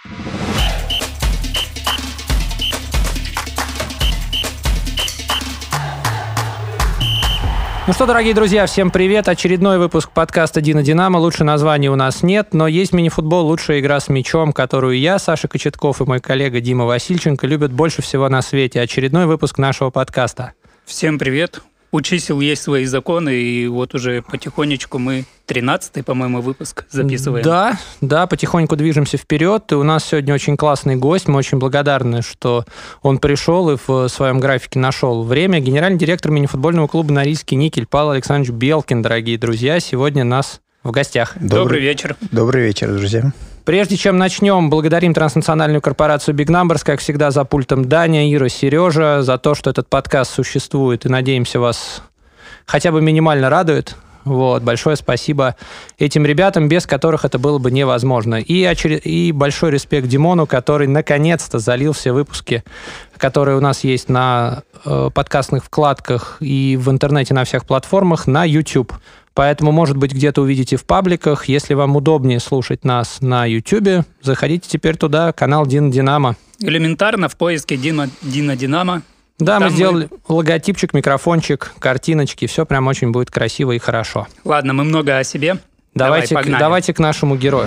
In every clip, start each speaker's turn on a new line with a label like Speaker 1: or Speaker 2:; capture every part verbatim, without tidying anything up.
Speaker 1: Ну что, дорогие друзья, всем привет. Очередной выпуск подкаста «Дино Динамо». Лучше названия у нас нет, но есть мини-футбол, лучшая игра с мячом, которую я, Саша Кочетков и мой коллега Дима Васильченко любят больше всего на свете. Очередной выпуск нашего подкаста.
Speaker 2: Всем привет. У чисел есть свои законы, и вот уже потихонечку мы тринадцатый, по-моему, выпуск записываем.
Speaker 1: Да, да, потихоньку движемся вперед. И у нас сегодня очень классный гость. Мы очень благодарны, что он пришел и в своем графике нашел время. Генеральный директор мини-футбольного клуба «Норильский никель» Павел Александрович Белкин, дорогие друзья, сегодня нас в гостях.
Speaker 2: Добрый, Добрый вечер.
Speaker 3: Добрый вечер, друзья.
Speaker 1: Прежде чем начнем, благодарим транснациональную корпорацию Big Numbers, как всегда, за пультом Даня, Ира, Сережа, за то, что этот подкаст существует, и, надеемся, вас хотя бы минимально радует. Вот, большое спасибо этим ребятам, без которых это было бы невозможно. И, очеред... и большой респект Димону, который наконец-то залил все выпуски, которые у нас есть на э, подкастных вкладках и в интернете на всех платформах, на YouTube. Поэтому, может быть, где-то увидите в пабликах. Если вам удобнее слушать нас на YouTube, заходите теперь туда, канал Дино Динамо.
Speaker 2: Элементарно в поиске Дино, Дино Динамо.
Speaker 1: Да,
Speaker 2: Там
Speaker 1: мы сделали
Speaker 2: мы...
Speaker 1: логотипчик, микрофончик, картиночки. Все прям очень будет красиво и хорошо.
Speaker 2: Ладно, мы много о себе.
Speaker 1: Давайте,
Speaker 2: Давай,
Speaker 1: к, давайте к нашему герою.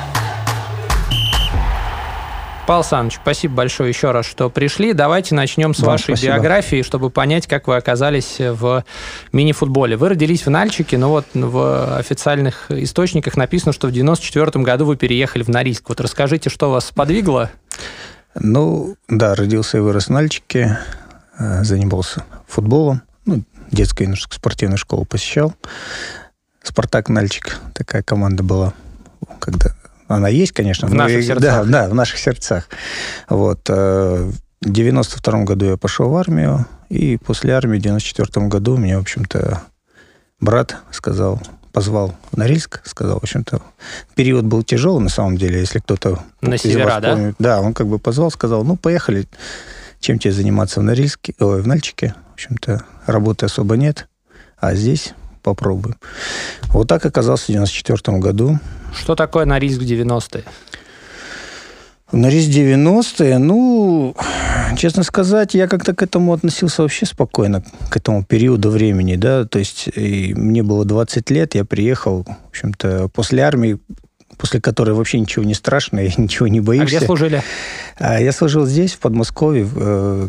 Speaker 1: Павел Александрович, спасибо большое еще раз, что пришли. Давайте начнем с
Speaker 3: Вам
Speaker 1: вашей
Speaker 3: спасибо.
Speaker 1: биографии, чтобы понять, как вы оказались в мини-футболе. Вы родились в Нальчике, но вот в официальных источниках написано, что в девяносто четвёртом году вы переехали в Норильск. Вот расскажите, что вас сподвигло?
Speaker 3: Ну, да, родился и вырос в Нальчике, занимался футболом, ну, детскую и спортивную школу посещал. «Спартак» Нальчик, такая команда была, когда... Она есть, конечно.
Speaker 1: В наших сердцах.
Speaker 3: Да, да, в наших сердцах. Вот. В девяносто втором году я пошел в армию, и после армии в девяносто четвёртом году мне, в общем-то, брат сказал, позвал в Норильск, сказал, в общем-то, период был тяжелый, на самом деле, если кто-то...
Speaker 1: На севера, да?
Speaker 3: Помнит. Да, он как бы позвал, сказал, ну, поехали, чем тебе заниматься в Норильске, ой, в Нальчике, в общем-то, работы особо нет, а здесь попробуем. Вот так оказался в девяносто четвёртом году.
Speaker 1: Что такое Норильск в девяностые?
Speaker 3: Норильск в девяностые, ну, честно сказать, я как-то к этому относился вообще спокойно, к этому периоду времени, да, то есть мне было двадцать лет, я приехал, в общем-то, после армии, после которой вообще ничего не страшно, и ничего не боишься.
Speaker 1: А где служили?
Speaker 3: Я служил здесь, в Подмосковье,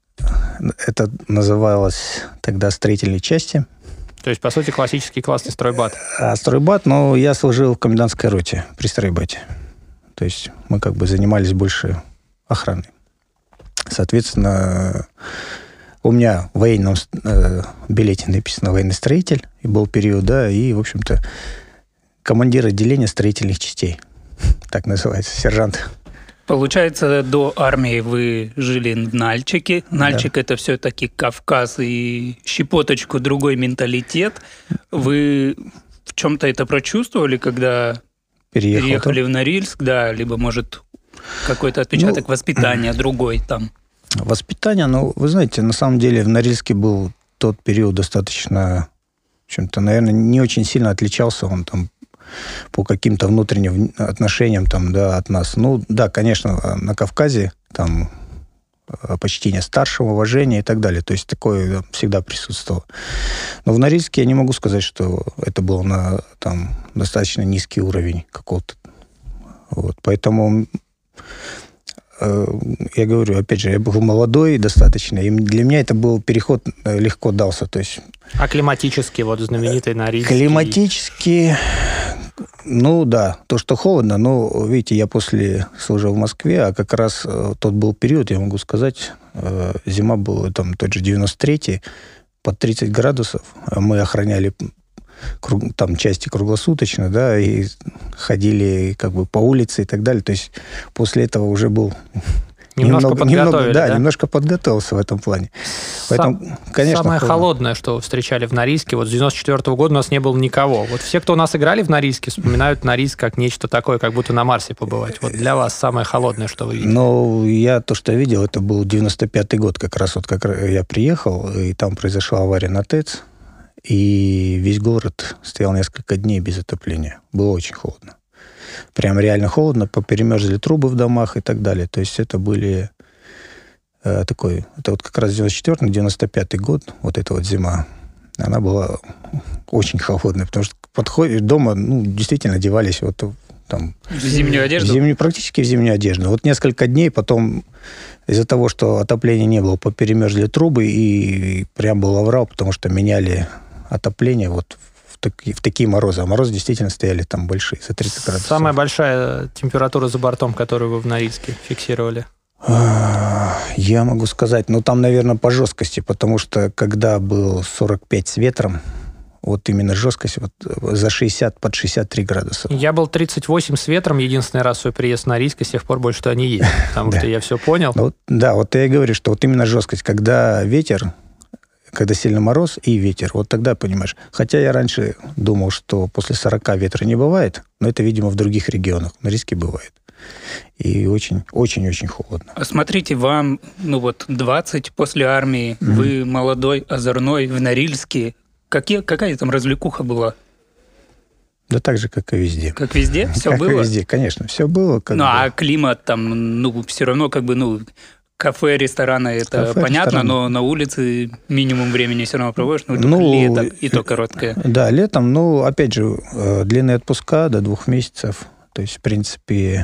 Speaker 3: это называлось тогда строительной части.
Speaker 1: То есть, по сути, классический классный стройбат.
Speaker 3: А, стройбат, но я служил в комендантской роте при стройбате. То есть мы как бы занимались больше охраной. Соответственно, у меня в военном э, билете написано «военный строитель», и был период, да, и, в общем-то, командир отделения строительных частей. Так называется, сержант.
Speaker 2: Получается, до армии вы жили в Нальчике. Нальчик да. – это все-таки Кавказ и щепоточку другой менталитет. Вы в чем-то это прочувствовали, когда Переехал переехали там? в Норильск? Да, либо, может, какой-то отпечаток ну, воспитания другой там?
Speaker 3: Воспитание, ну, вы знаете, на самом деле в Норильске был тот период достаточно, в общем-то, наверное, не очень сильно отличался он там по каким-то внутренним отношениям там, да, от нас. Ну, да, конечно, на Кавказе там почтение старшего, уважение и так далее. То есть такое всегда присутствовало. Но в Норильске я не могу сказать, что это был на там достаточно низкий уровень какого-то. Вот. Поэтому э, я говорю, опять же, я был молодой достаточно, и для меня это был переход легко дался. То есть,
Speaker 1: а климатически, вот знаменитый Норильский?
Speaker 3: Климатически... Ну да, то, что холодно, но, видите, я после служил в Москве, а как раз э, тот был период, я могу сказать, э, зима была там тот же девяносто третий, под тридцать градусов, а мы охраняли круг, там части круглосуточно, да, и ходили как бы по улице и так далее, то есть после этого уже был...
Speaker 1: Немножко
Speaker 3: немного,
Speaker 1: подготовили,
Speaker 3: немного, да,
Speaker 1: да?
Speaker 3: немножко подготовился в этом плане. Поэтому,
Speaker 1: Сам,
Speaker 3: конечно,
Speaker 1: самое
Speaker 3: холодно.
Speaker 1: холодное, что вы встречали в Норильске, вот с девяносто четвёртого года у нас не было никого. Вот все, кто у нас играли в Норильске, вспоминают Норильск как нечто такое, как будто на Марсе побывать. Вот для вас самое холодное, что вы видели?
Speaker 3: Ну, я то, что видел, это был девяносто пятый год, как раз вот как я приехал, и там произошла авария на ТЭЦ, и весь город стоял несколько дней без отопления. Было очень холодно. прям реально холодно, поперемерзли трубы в домах и так далее. То есть это были э, такой... Это вот как раз девяносто четвёртый девяносто пятый год, вот эта вот зима, она была очень холодная, потому что подходишь дома, ну, действительно одевались вот там...
Speaker 2: В зимнюю одежду?
Speaker 3: В зимнюю, практически в зимнюю одежду. Вот несколько дней потом из-за того, что отопления не было, поперемерзли трубы, и прям был аврал, потому что меняли отопление вот в, таки, в такие морозы. А морозы действительно стояли там большие, за тридцать градусов.
Speaker 1: Самая большая температура за бортом, которую вы в Норильске фиксировали?
Speaker 3: Я могу сказать, ну там, наверное, по жесткости, потому что когда был сорок пять с ветром, вот именно жесткость вот за шестьдесят, под шестьдесят три градуса.
Speaker 1: Я был тридцать восемь с ветром, единственный раз свой приезд в Норильск, и с тех пор больше туда не ездил, потому что я все понял.
Speaker 3: Да, вот я и говорю, что вот именно жесткость, когда ветер, когда сильный мороз и ветер, вот тогда понимаешь. Хотя я раньше думал, что после сорока ветра не бывает, но это, видимо, в других регионах. В Норильске бывает. И очень-очень-очень холодно.
Speaker 2: Смотрите, вам, ну вот, двадцать после армии, mm-hmm. вы молодой, озорной, в Норильске. Какие, какая там развлекуха была?
Speaker 3: Да так же, как и везде.
Speaker 2: Как везде? Все
Speaker 3: как
Speaker 2: было?
Speaker 3: Как и везде, конечно, все было. Как
Speaker 2: ну,
Speaker 3: бы...
Speaker 2: а климат там, ну, все равно как бы, ну, кафе, рестораны, это кафе, понятно, рестораны. Но на улице минимум времени все равно проводишь, ну,
Speaker 3: ну
Speaker 2: лето, и то короткое.
Speaker 3: Да, летом, ну, опять же, длинные отпуска до двух месяцев, то есть, в принципе,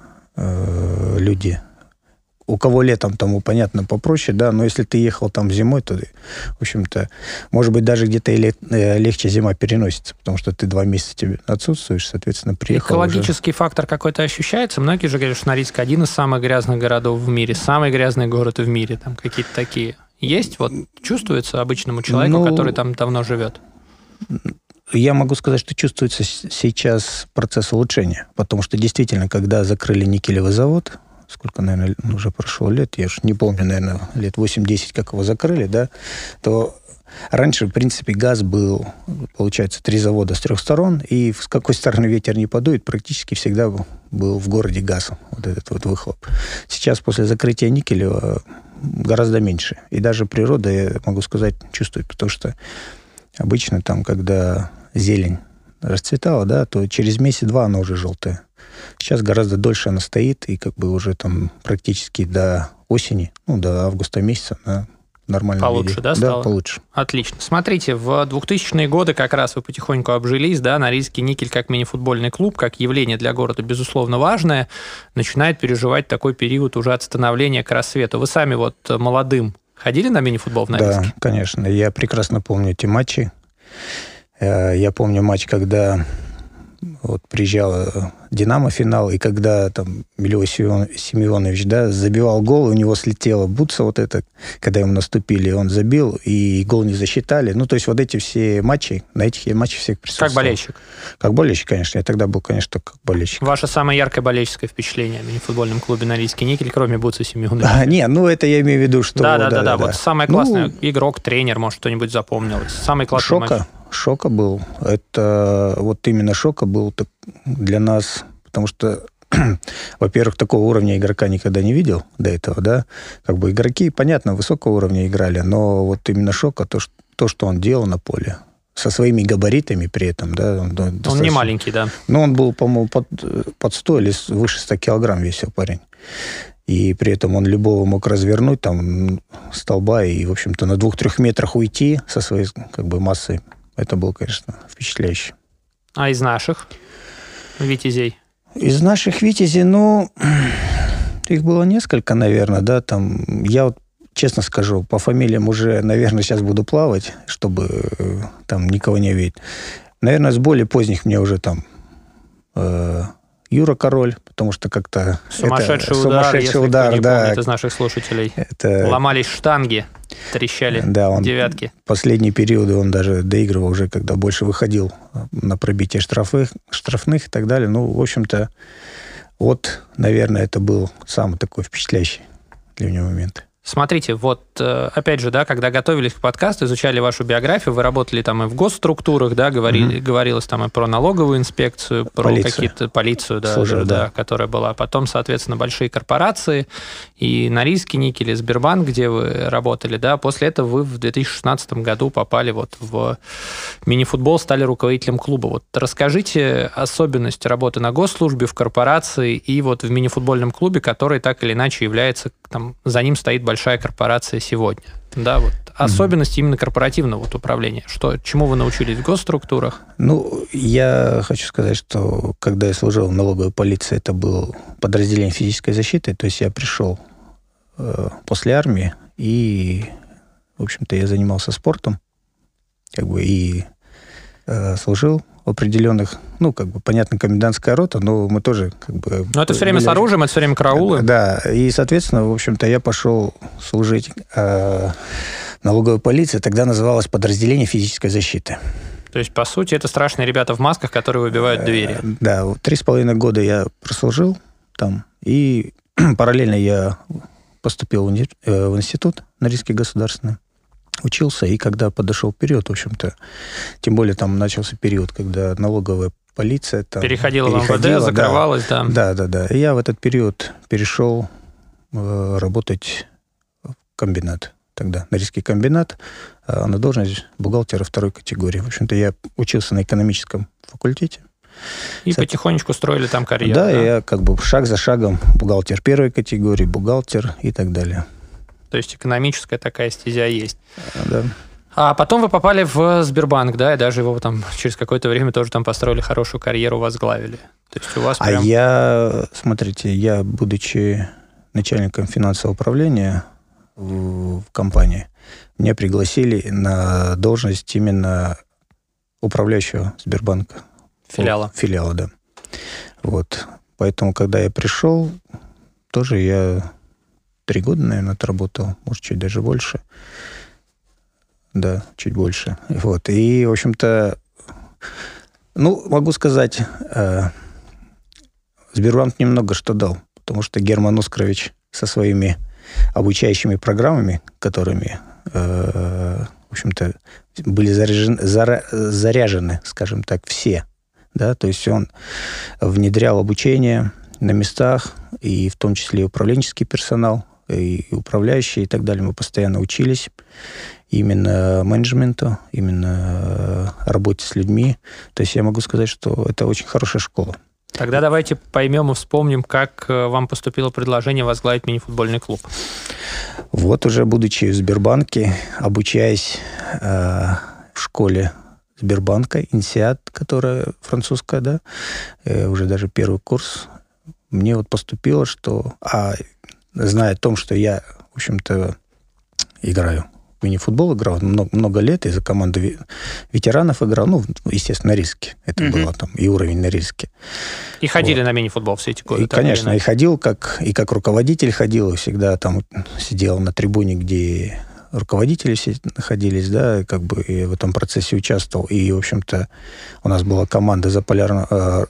Speaker 3: люди... У кого летом, тому, понятно, попроще, да, но если ты ехал там зимой, то, в общем-то, может быть, даже где-то и легче зима переносится, потому что ты два месяца тебе отсутствуешь, соответственно, приехал
Speaker 1: Экологический
Speaker 3: уже...
Speaker 1: фактор какой-то ощущается? Многие же говорят, что Норильск один из самых грязных городов в мире, самый грязный город в мире, там какие-то такие. Есть? Вот чувствуется обычному человеку, ну, который там давно живет?
Speaker 3: Я могу сказать, что чувствуется сейчас процесс улучшения, потому что действительно, когда закрыли никелевый завод, сколько, наверное, уже прошло лет, я уж не помню, наверное, лет восемь-десять, как его закрыли, да, то раньше, в принципе, газ был, получается, три завода с трех сторон, и с какой стороны ветер не подует, практически всегда был в городе газ, вот этот вот выхлоп. Сейчас, после закрытия никеля, гораздо меньше. И даже природа, я могу сказать, чувствует, потому что обычно там, когда зелень расцветала, да, то через месяц-два она уже желтая. Сейчас гораздо дольше она стоит, и как бы уже там практически до осени, ну, до августа месяца она нормально
Speaker 1: получше,
Speaker 3: виде.
Speaker 1: да, стало?
Speaker 3: Да, получше.
Speaker 1: Отлично. Смотрите, в двухтысячные годы как раз вы потихоньку обжились, да, Норильский никель как мини-футбольный клуб, как явление для города, безусловно, важное, начинает переживать такой период уже от становления к рассвету. Вы сами вот молодым ходили на мини-футбол в Норильске?
Speaker 3: Да, конечно. Я прекрасно помню эти матчи. Я помню матч, когда вот приезжал «Динамо» финал, и когда там Милош Семенович, да, забивал гол, у него слетела бутса вот эта, когда ему наступили, он забил, и гол не засчитали. Ну, то есть вот эти все матчи, на этих я матчах всех присутствовал.
Speaker 1: Как болельщик?
Speaker 3: Как болельщик, конечно. Я тогда был, конечно, только как болельщик.
Speaker 1: Ваше самое яркое болельческое впечатление о мини-футбольном клубе «Норильский никель», кроме бутса Семеновича?
Speaker 3: А, не, ну это я имею в виду, что...
Speaker 1: Да-да-да, вот самое классное, ну, игрок, тренер, может, что-нибудь запомнилось. Самый классный
Speaker 3: Шока.
Speaker 1: матч.
Speaker 3: Шока был. Это вот именно Шока был для нас, потому что, во-первых, такого уровня игрока никогда не видел до этого, да. Как бы игроки, понятно, высокого уровня играли, но вот именно Шока, то, что, то, что он делал на поле, со своими габаритами при этом, да. Он,
Speaker 1: он достаточно... не маленький, да.
Speaker 3: Ну, он был, по-моему, под, под сто или выше ста килограмм весил парень. И при этом он любого мог развернуть, там, столба, и, в общем-то, на двух-трех метрах уйти со своей, как бы, массой. Это было, конечно, впечатляюще.
Speaker 1: А из наших витязей?
Speaker 3: Из наших витязей, ну, их было несколько, наверное, да, там, я вот, честно скажу, по фамилиям уже, наверное, сейчас буду плавать, чтобы там никого не видеть. Наверное, с более поздних мне уже там э, Юра Король, потому что как-то...
Speaker 1: Сумасшедший
Speaker 3: это,
Speaker 1: удар,
Speaker 3: сумасшедший
Speaker 1: если
Speaker 3: удар,
Speaker 1: кто не
Speaker 3: да.
Speaker 1: помнит из наших слушателей.
Speaker 3: Это...
Speaker 1: Ломались штанги, трещали
Speaker 3: да, он
Speaker 1: девятки.
Speaker 3: Последние периоды он даже доигрывал уже, когда больше выходил на пробитие штрафных, штрафных и так далее. Ну, в общем-то, вот, наверное, это был самый такой впечатляющий для меня момент.
Speaker 1: Смотрите, вот опять же, да, когда готовились к подкасту, изучали вашу биографию, вы работали там и в госструктурах, да, говорили, mm-hmm. говорилось там и про налоговую инспекцию, про Полиция. какие-то полицию, да, Служил, да, да, которая была. Потом, соответственно, большие корпорации, и Норильский никель, и Сбербанк, где вы работали, да. После этого вы в две тысячи шестнадцатом году попали вот в мини-футбол, стали руководителем клуба. Вот расскажите особенность работы на госслужбе, в корпорации и вот в мини-футбольном клубе, который так или иначе является, там, за ним стоит большой большая корпорация сегодня. Да, вот особенности mm-hmm. именно корпоративного вот управления. Что, чему вы научились в госструктурах?
Speaker 3: Ну, я хочу сказать, что когда я служил в налоговой полиции, это было подразделение физической защиты, то есть я пришел э, после армии, и, в общем-то, я занимался спортом, как бы, и э, служил в определенных, ну, как бы, понятно, комендантская рота, но мы тоже, как бы...
Speaker 1: Но это все время были... с оружием, это все время караулы.
Speaker 3: Да, и, соответственно, в общем-то, я пошел служить э, налоговой полиции, тогда называлось подразделение физической защиты.
Speaker 1: То есть, по сути, это страшные ребята в масках, которые выбивают двери.
Speaker 3: Э, да, три с половиной года я прослужил там, и параллельно я поступил в, уни... э, в институт Норильский государственный. Учился, и когда подошел период, в общем-то, тем более там начался период, когда налоговая полиция... Там,
Speaker 1: переходила в эм вэ дэ, закрывалась, да.
Speaker 3: Да, да, да. И я в этот период перешел э, работать в комбинат. Тогда Норильский комбинат, э, на должность бухгалтера второй категории. В общем-то, я учился на экономическом факультете.
Speaker 1: И Со... потихонечку строили там карьеру.
Speaker 3: Да,
Speaker 1: да,
Speaker 3: я как бы шаг за шагом бухгалтер первой категории, бухгалтер и так далее.
Speaker 1: То есть экономическая такая стезя есть.
Speaker 3: Да.
Speaker 1: А потом вы попали в Сбербанк, да, и даже его там через какое-то время тоже там построили хорошую карьеру, возглавили. То есть у вас прям...
Speaker 3: А я, смотрите, я, будучи начальником финансового управления в, в компании, меня пригласили на должность именно управляющего Сбербанка.
Speaker 1: Филиала.
Speaker 3: Филиала, да. Вот. Поэтому, когда я пришел, тоже я... Три года, наверное, отработал, может, чуть даже больше. Да, чуть больше. Вот. И, в общем-то, ну, могу сказать, э, Сбербанк немного что дал, потому что Герман Оскарович со своими обучающими программами, которыми, э, в общем-то, были заряжены, зара, заряжены, скажем так, все, да, то есть он внедрял обучение на местах, и в том числе и управленческий персонал, и управляющие, и так далее. Мы постоянно учились именно менеджменту, именно работе с людьми. То есть я могу сказать, что это очень хорошая школа.
Speaker 1: Тогда давайте поймем и вспомним, как вам поступило предложение возглавить мини-футбольный клуб.
Speaker 3: Вот уже будучи в Сбербанке, обучаясь э, в школе Сбербанка, Инсиат, которая французская, да, э, уже даже первый курс, мне вот поступило, что... А, зная о том, что я, в общем-то, играю в мини-футбол, играл много, много лет, и за команду ветеранов играл, ну, естественно, Норильске. Это mm-hmm. было там и уровень Норильске.
Speaker 1: И ходили вот. На мини-футбол все эти годы?
Speaker 3: И, конечно, и ходил, как, и как руководитель ходил, и всегда там сидел на трибуне, где руководители все находились, да, и как бы и в этом процессе участвовал. И, в общем-то, у нас была команда заполярного...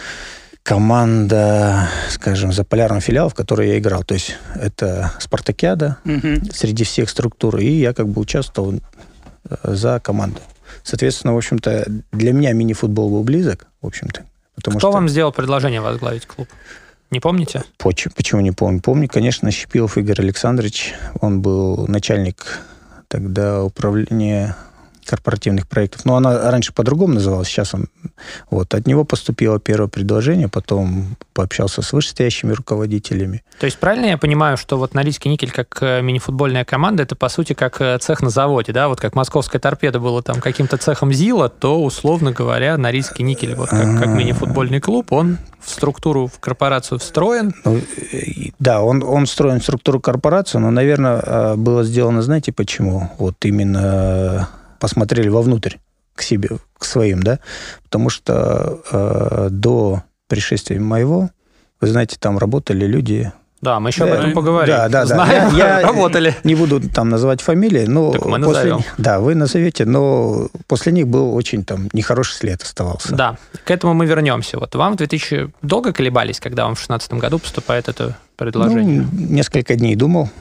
Speaker 3: команда, скажем, заполярного филиала, в которой я играл. То есть это спартакиада угу. среди всех структур, и я как бы участвовал за команду. Соответственно, в общем-то, для меня мини-футбол был близок, в общем-то.
Speaker 1: Кто что... вам сделал предложение возглавить клуб? Не помните?
Speaker 3: Почему, почему не помню? Помню, конечно, Щепилов Игорь Александрович. Он был начальник тогда управления корпоративных проектов. Но она раньше по-другому называлась, сейчас он... Вот, от него поступило первое предложение, потом пообщался с вышестоящими руководителями.
Speaker 1: То есть правильно я понимаю, что вот Норильский никель как мини-футбольная команда, это по сути как цех на заводе, да? Вот как Московская торпеда была там каким-то цехом ЗИЛа, то, условно говоря, Норильский никель, вот как, как мини-футбольный клуб, он в структуру, в корпорацию встроен?
Speaker 3: Ну, да, он, он встроен в структуру корпорации, но, наверное, было сделано, знаете, почему? Вот именно... посмотрели вовнутрь к себе, к своим, да, потому что э, до пришествия моего, вы знаете, там работали люди...
Speaker 1: Да, мы еще об этом поговорим.
Speaker 3: Да, да,
Speaker 1: Знаем,
Speaker 3: да. Я, я
Speaker 1: работали.
Speaker 3: Не буду там называть фамилии, но...
Speaker 1: Так мы
Speaker 3: после...
Speaker 1: назовем.
Speaker 3: Да, вы назовете, но после них был очень там нехороший след оставался.
Speaker 1: Да, к этому мы вернемся. Вот вам в две тысячи... Долго колебались, когда вам в шестнадцатом году поступает это предложение?
Speaker 3: Ну, несколько дней думал.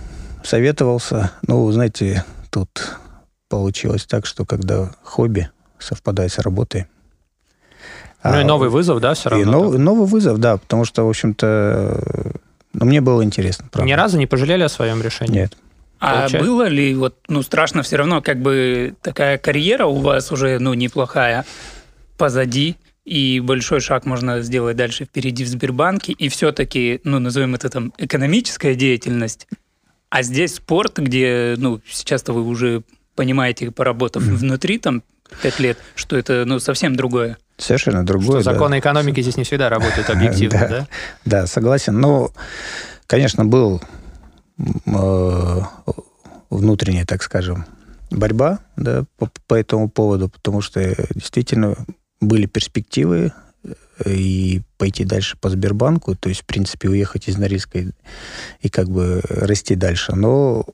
Speaker 3: советовался. Ну, знаете, тут получилось так, что когда хобби совпадает с работой.
Speaker 1: Ну
Speaker 3: а,
Speaker 1: и новый вызов, да, все равно?
Speaker 3: И нов, новый вызов, да, потому что, в общем-то, ну, мне было интересно. Правда.
Speaker 1: Ни разу не пожалели о своем решении?
Speaker 3: Нет.
Speaker 2: А
Speaker 1: Получается?
Speaker 2: было ли, вот, ну, страшно все равно, как бы такая карьера у вас уже, ну, неплохая позади, и большой шаг можно сделать дальше впереди в Сбербанке, и все-таки, ну, назовем это там экономическая деятельность, а здесь спорт, где, ну, сейчас-то вы уже понимаете, поработав mm-hmm. внутри там пять лет, что это, ну, совсем другое.
Speaker 3: Совершенно другое.
Speaker 1: Что законы
Speaker 3: да.
Speaker 1: экономики здесь не всегда работают объективно, да?
Speaker 3: Да, да, согласен. Но, конечно, был внутренняя, так скажем, борьба, да, по, по этому поводу, потому что действительно были перспективы и пойти дальше по Сбербанку, то есть, в принципе, уехать из Норильска и, и как бы расти дальше. Но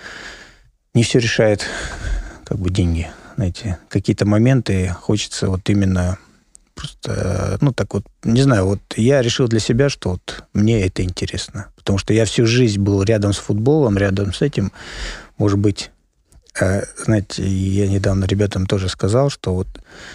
Speaker 3: не все решает как бы деньги, знаете. Какие-то моменты хочется вот именно просто, ну, так вот, не знаю, вот я решил для себя, что вот мне это интересно. Потому что я всю жизнь был рядом с футболом, рядом с этим. Может быть, э, знаете, я недавно ребятам тоже сказал, что вот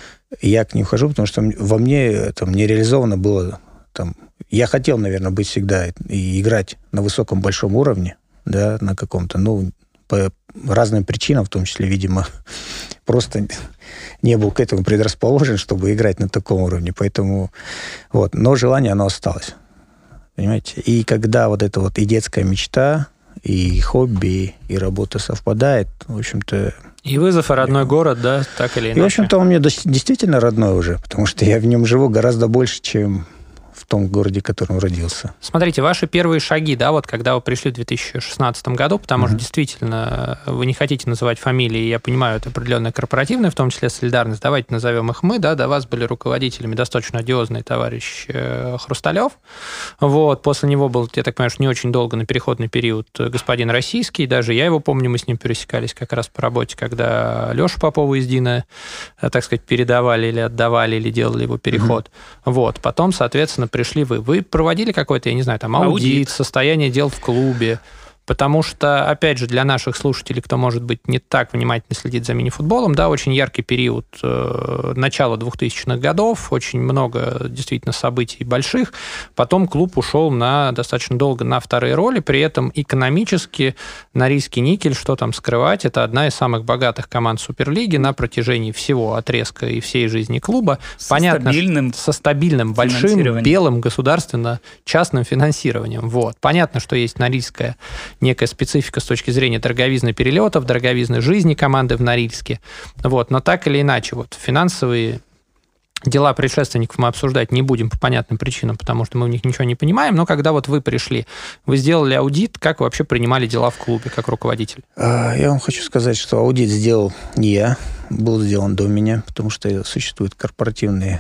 Speaker 3: я к ним хожу, потому что во мне там не реализовано было там... Я хотел, наверное, быть всегда и играть на высоком большом уровне, да, на каком-то, ну, по разным причинам, в том числе, видимо, просто не был к этому предрасположен, чтобы играть на таком уровне. Поэтому вот. Но желание, оно осталось. Понимаете? И когда вот эта вот и детская мечта, и хобби, и работа совпадает, в общем-то...
Speaker 1: И вызов, и родной город, да, так или иначе.
Speaker 3: И, в общем-то, он мне действительно родной уже, потому что я в нем живу гораздо больше, чем в том городе, в котором родился.
Speaker 1: Смотрите, ваши первые шаги, да, вот когда вы пришли в две тысячи шестнадцатом году, потому mm-hmm. что действительно вы не хотите называть фамилии, я понимаю, это определенная корпоративная, в том числе солидарность, давайте назовем их мы, да, до вас были руководителями достаточно одиозный товарищ Хрусталев, вот, после него был, я так понимаю, не очень долго на переходный период господин Российский, даже я его помню, мы с ним пересекались как раз по работе, когда Лешу Попову из Дина, так сказать, передавали или отдавали, или делали его переход, mm-hmm. вот, потом, соответственно, пришли вы. Вы проводили какой-то, я не знаю, там аудит, аудит, состояние дел в клубе? Потому что, опять же, для наших слушателей, кто, может быть, не так внимательно следит за мини-футболом, да, очень яркий период э, начала двухтысячных годов, очень много действительно событий больших. Потом клуб ушел на достаточно долго на вторые роли, при этом экономически Норильский никель, что там скрывать, это одна из самых богатых команд Суперлиги на протяжении всего отрезка и всей жизни клуба.
Speaker 2: Со
Speaker 1: Понятно,
Speaker 2: стабильным,
Speaker 1: со стабильным, большим, белым государственно-частным финансированием. Вот. Понятно, что есть Норильская некая специфика с точки зрения дороговизны перелетов, дороговизны жизни команды в Норильске. Вот. Но так или иначе, вот, финансовые дела предшественников мы обсуждать не будем по понятным причинам, потому что мы в них ничего не понимаем, но когда вот вы пришли, вы сделали аудит, как вы вообще принимали дела в клубе, как руководитель?
Speaker 3: Я вам хочу сказать, что аудит сделал не я, был сделан до меня, потому что существуют корпоративные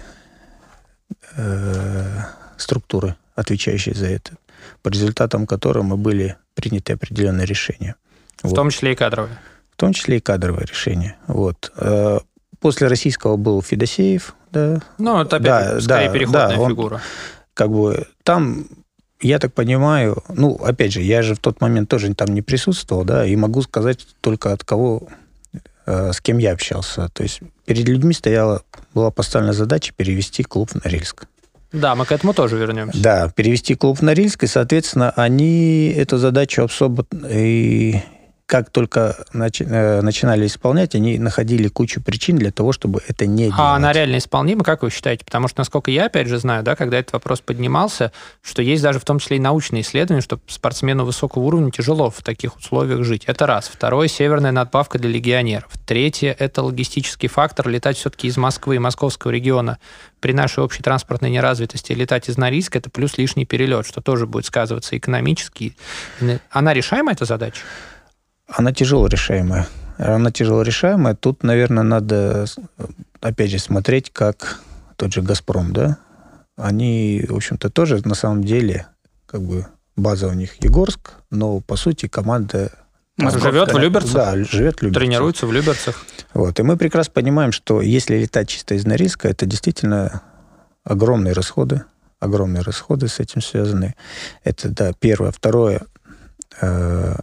Speaker 3: э, структуры, отвечающие за это, по результатам которых мы были приняты определенные решения.
Speaker 1: В вот. том числе и кадровые?
Speaker 3: В том числе и кадровые решения. Вот. После российского был Федосеев. Да.
Speaker 1: Ну, это опять
Speaker 3: да,
Speaker 1: скорее
Speaker 3: да,
Speaker 1: переходная
Speaker 3: да, он,
Speaker 1: фигура.
Speaker 3: Как бы там, я так понимаю, ну, опять же, я же в тот момент тоже там не присутствовал, да, и могу сказать только от кого, с кем я общался. То есть перед людьми стояла, была поставлена задача перевести клуб в Норильск.
Speaker 1: Да, мы к этому тоже вернемся.
Speaker 3: Да, перевести клуб в Норильск, и, соответственно, они эту задачу особо и как только начи- начинали исполнять, они находили кучу причин для того, чтобы это не делать.
Speaker 1: А она реально исполнима, как вы считаете? Потому что, насколько я, опять же, знаю, да, когда этот вопрос поднимался, что есть даже в том числе и научные исследования, что спортсмену высокого уровня тяжело в таких условиях жить. Это раз. Второе, северная надбавка для легионеров. Третье, это логистический фактор. Летать все-таки из Москвы и московского региона при нашей общей транспортной неразвитости, летать из Норильска, это плюс лишний перелет, что тоже будет сказываться экономически. Она решаема, эта задача?
Speaker 3: Она тяжело решаемая. Она тяжело решаемая. Тут, наверное, надо, опять же, смотреть, как тот же «Газпром», да? Они, в общем-то, тоже, на самом деле, как бы база у них Егорск, но, по сути, команда...
Speaker 1: Живет в Люберцах?
Speaker 3: Да, живет в Люберцах.
Speaker 1: Тренируется в Люберцах.
Speaker 3: Вот. И мы прекрасно понимаем, что если летать чисто из Норильска, это действительно огромные расходы. Огромные расходы с этим связаны. Это, да, первое. Второе... Э-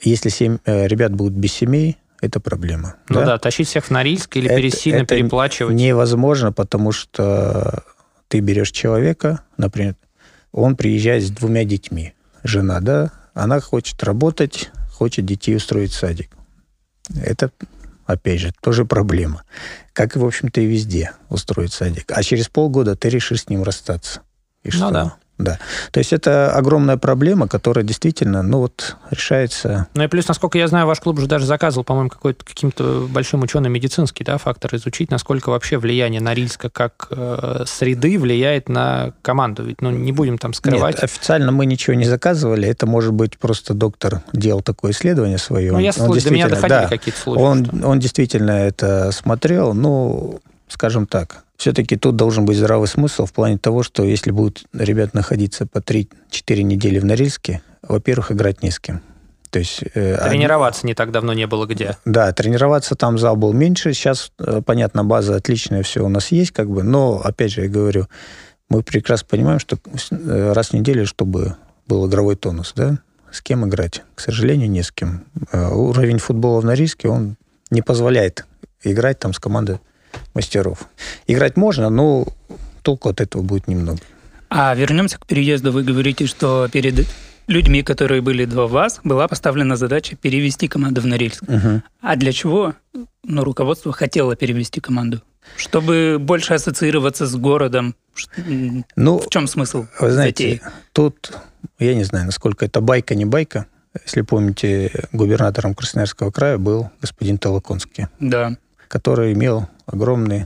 Speaker 3: если семь, э, ребят будут без семей, это проблема.
Speaker 1: Ну да,
Speaker 3: да
Speaker 1: тащить всех в Норильск или
Speaker 3: это,
Speaker 1: пересильно
Speaker 3: это
Speaker 1: переплачивать.
Speaker 3: Невозможно, потому что ты берешь человека, например, он приезжает с двумя детьми. Жена, да, она хочет работать, хочет детей устроить в садик. Это, опять же, тоже проблема. Как, в общем-то, и везде устроить садик. А через полгода ты решишь с ним расстаться. И что?
Speaker 1: Ну да.
Speaker 3: Да. То есть это огромная проблема, которая действительно, ну вот, решается...
Speaker 1: Ну и плюс, насколько я знаю, ваш клуб же даже заказывал, по-моему, какой-то каким-то большим ученым медицинский, да, фактор изучить, насколько вообще влияние Норильска как э, среды влияет на команду. Ведь, ну, не будем там скрывать.
Speaker 3: Нет, официально мы ничего не заказывали. Это, может быть, просто доктор делал такое исследование свое.
Speaker 1: Ну, я
Speaker 3: он,
Speaker 1: слышу, до меня доходили
Speaker 3: да,
Speaker 1: какие-то случаи.
Speaker 3: Он,
Speaker 1: что...
Speaker 3: он действительно это смотрел, ну, скажем так, все-таки тут должен быть здравый смысл в плане того, что если будут ребят находиться по три-четыре недели в Норильске, во-первых, играть не с кем. То есть, э,
Speaker 1: тренироваться од... не так давно не было где.
Speaker 3: Да, тренироваться там зал был меньше. Сейчас, э, понятно, база отличная, все у нас есть, как бы, но, опять же, я говорю, мы прекрасно понимаем, что раз в неделю, чтобы был игровой тонус, да, с кем играть? К сожалению, не с кем. Э, уровень футбола в Норильске, он не позволяет играть там с командой мастеров. Играть можно, но толку от этого будет немного.
Speaker 2: А вернемся к переезду. Вы говорите, что перед людьми, которые были до вас, была поставлена задача перевести команду в Норильск.
Speaker 3: Угу.
Speaker 2: А для чего ну, руководство хотело перевести команду? Чтобы больше ассоциироваться с городом? Ну, в чем смысл
Speaker 3: вы знаете,
Speaker 2: затеи?
Speaker 3: Тут, я не знаю, насколько это байка, не байка. Если помните, губернатором Красноярского края был господин Толоконский.
Speaker 2: Да.
Speaker 3: Который имел огромный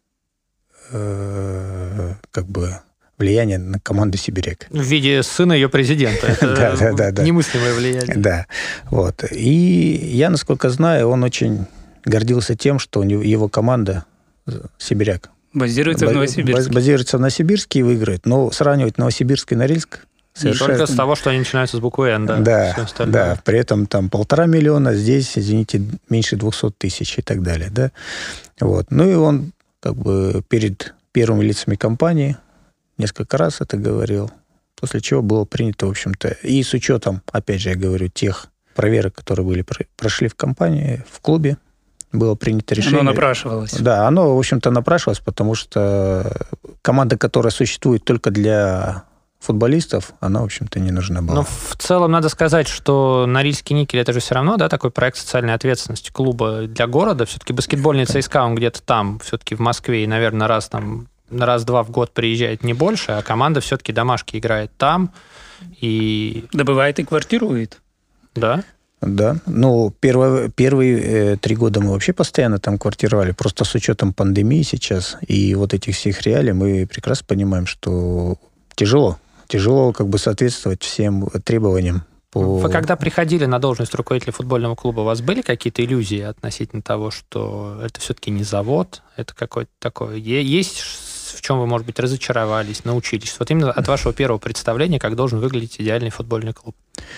Speaker 3: э, как бы влияние на команду «Сибиряк».
Speaker 1: В виде сына ее президента. Это немыслимое влияние.
Speaker 3: Да. Вот. И я, насколько знаю, он очень гордился тем, что его команда «Сибиряк»
Speaker 2: базируется в Новосибирске.
Speaker 3: Базируется в Новосибирске и выиграет. Но сравнивать Новосибирск и Норильск совершенно...
Speaker 1: Только с того, что они начинаются с буквы «Н», да?
Speaker 3: Да, да, при этом там полтора миллиона, здесь, извините, меньше двухсот тысяч и так далее, да. Вот. Ну и он как бы перед первыми лицами компании несколько раз это говорил, после чего было принято, в общем-то, и с учетом, опять же, я говорю, тех проверок, которые были прошли в компании, в клубе, было принято решение.
Speaker 2: Оно напрашивалось.
Speaker 3: Да, оно, в общем-то, напрашивалось, потому что команда, которая существует только для футболистов, она, в общем-то, не нужна была.
Speaker 1: Но в целом надо сказать, что Норильский никель — это же все равно, да, такой проект социальной ответственности клуба для города. Все-таки баскетбольный ЦСКА, он где-то там, все-таки в Москве, и, наверное, раз там, раз-два в год приезжает не больше, а команда все-таки домашки играет там. И...
Speaker 2: Добывает и квартирует.
Speaker 1: Да.
Speaker 3: Да. Ну, первые, первые э, три года мы вообще постоянно там квартировали. Просто с учетом пандемии сейчас и вот этих всех реалий мы прекрасно понимаем, что тяжело. Тяжело как бы соответствовать всем требованиям. По...
Speaker 1: Вы когда приходили на должность руководителя футбольного клуба, у вас были какие-то иллюзии относительно того, что это все-таки не завод, это какое-то такое... Есть в чем вы, может быть, разочаровались, научились? Вот именно от вашего первого представления, как должен выглядеть идеальный футбольный клуб.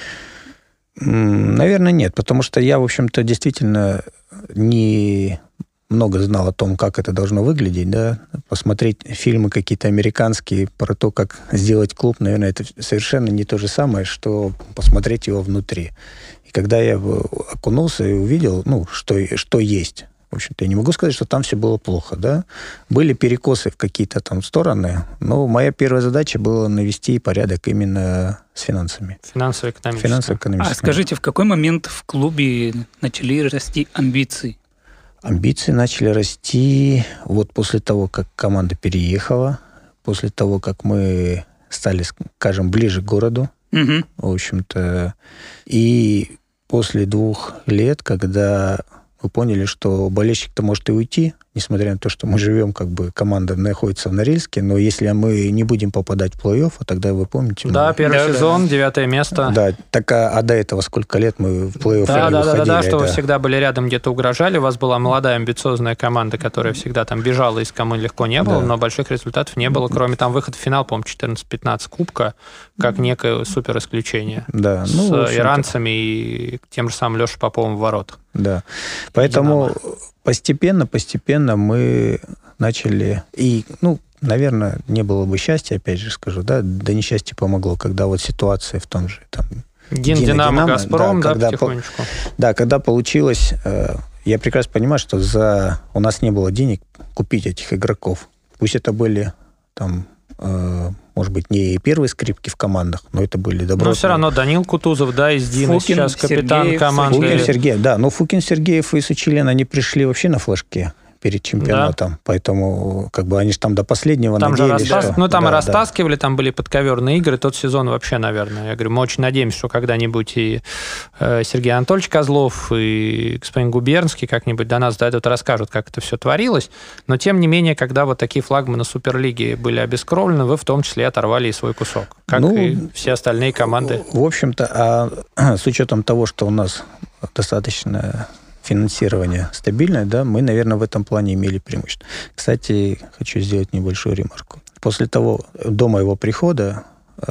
Speaker 3: Наверное, нет, потому что я, в общем-то, действительно не много знал о том, как это должно выглядеть, да, посмотреть фильмы какие-то американские про то, как сделать клуб, наверное, это совершенно не то же самое, что посмотреть его внутри. И когда я окунулся и увидел, ну, что, что есть, в общем-то, я не могу сказать, что там все было плохо, да. Были перекосы в какие-то там стороны, но моя первая задача была навести порядок именно с финансами.
Speaker 1: Финансово-экономически.
Speaker 3: Финансово-экономически.
Speaker 2: А скажите, в какой момент в клубе начали расти амбиции?
Speaker 3: Амбиции начали расти вот после того, как команда переехала, после того, как мы стали, скажем, ближе к городу,
Speaker 2: угу.
Speaker 3: в общем-то, и после двух лет, когда мы поняли, что болельщик-то может и уйти, несмотря на то, что мы живем, как бы команда находится в Норильске, но если мы не будем попадать в плей-офф, а тогда вы помните...
Speaker 1: Да,
Speaker 3: мы...
Speaker 1: первый
Speaker 2: да,
Speaker 1: сезон,
Speaker 2: да.
Speaker 1: девятое место.
Speaker 3: Да, так а, а до этого сколько лет мы в плей-офф
Speaker 1: да,
Speaker 3: не
Speaker 1: да,
Speaker 3: выходили?
Speaker 1: Да, да, да, что
Speaker 3: это...
Speaker 1: вы всегда были рядом, где-то угрожали, у вас была молодая амбициозная команда, которая всегда там бежала, и с кому легко не было, да. Но больших результатов не было, кроме там выхода в финал, по-моему, четырнадцать-пятнадцать кубка, как некое супер исключение.
Speaker 3: Да,
Speaker 1: с
Speaker 3: ну,
Speaker 1: иранцами и тем же самым Лешей Поповым в воротах.
Speaker 3: Да, поэтому постепенно, постепенно мы начали, и, ну, наверное, не было бы счастья, опять же скажу, да, да несчастье помогло, когда вот ситуация в том же, там,
Speaker 1: Дин, Динамо, Динамо, Газпром, да, да потихонечку.
Speaker 3: По, да, когда получилось, э, я прекрасно понимаю, что за у нас не было денег купить этих игроков. Пусть это были там, э, может быть, не первые скрипки в командах, но это были добротные.
Speaker 1: Но все равно Данил Кутузов, да, из Дина,
Speaker 2: Фукин,
Speaker 1: сейчас капитан
Speaker 2: Сергеев,
Speaker 1: команды.
Speaker 3: Фукин, Сергеев, да, но Фукин, Сергеев и Сучилин, они пришли вообще на флешке перед чемпионатом, да. Поэтому как бы они же там до последнего
Speaker 1: там
Speaker 3: надеялись.
Speaker 1: Же растас...
Speaker 3: что...
Speaker 1: Ну, там
Speaker 3: да,
Speaker 1: и растаскивали,
Speaker 3: да.
Speaker 1: Там были подковерные игры, тот сезон вообще, наверное. Я говорю, мы очень надеемся, что когда-нибудь и э, Сергей Анатольевич Козлов, и господин Губернский как-нибудь до нас дойдут, расскажут, как это все творилось. Но, тем не менее, когда вот такие флагманы Суперлиги были обескровлены, вы в том числе оторвали и свой кусок, как ну, и все остальные команды.
Speaker 3: В общем-то, а с учетом того, что у нас достаточно... финансирование стабильное, да, мы, наверное, в этом плане имели преимущество. Кстати, хочу сделать небольшую ремарку. После того, до моего прихода,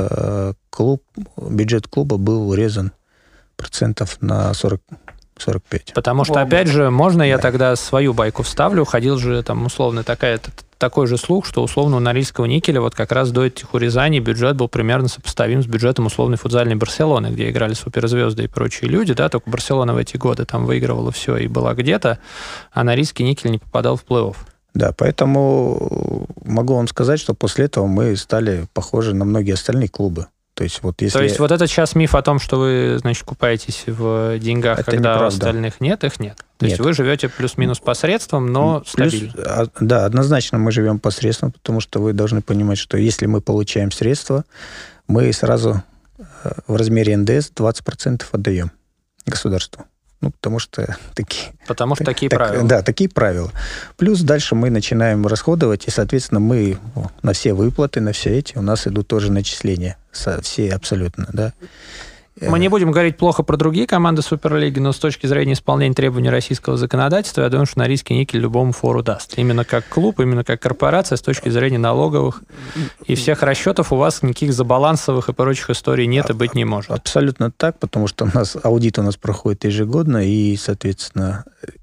Speaker 3: клуб, бюджет клуба был урезан процентов на сорок, сорок пять.
Speaker 1: Потому что, опять же, можно я да. тогда свою байку вставлю, ходил же там условно такая, такой же слух, что условно у Норильского никеля вот как раз до этих урезаний бюджет был примерно сопоставим с бюджетом условной футзальной Барселоны, где играли суперзвезды и прочие люди, да, только Барселона в эти годы там выигрывала все и была где-то, а Норильский никель не попадал в плей-офф.
Speaker 3: Да, поэтому могу вам сказать, что после этого мы стали похожи на многие остальные клубы. То есть вот если...
Speaker 1: То есть вот этот сейчас миф о том, что вы, значит, купаетесь в деньгах, это когда неправда. У остальных нет, их нет. То нет. есть вы живете плюс-минус по средствам, но
Speaker 3: Плюс,
Speaker 1: стабильно.
Speaker 3: Да, однозначно мы живем по средствам, потому что вы должны понимать, что если мы получаем средства, мы сразу в размере эн дэ эс двадцать процентов отдаем государству. Ну, потому что такие...
Speaker 1: Потому что
Speaker 3: так,
Speaker 1: такие
Speaker 3: так,
Speaker 1: правила.
Speaker 3: Да, такие правила. Плюс дальше мы начинаем расходовать, и, соответственно, мы на все выплаты, на все эти, у нас идут тоже начисления. Все абсолютно, да.
Speaker 1: Мы не будем говорить плохо про другие команды Суперлиги, но с точки зрения исполнения требований российского законодательства, я думаю, что Норильский никель любому фору даст. Именно как клуб, именно как корпорация, с точки зрения налоговых и всех расчетов у вас никаких забалансовых и прочих историй нет и быть не может.
Speaker 3: Абсолютно так, потому что у нас аудит у нас проходит ежегодно, и, соответственно,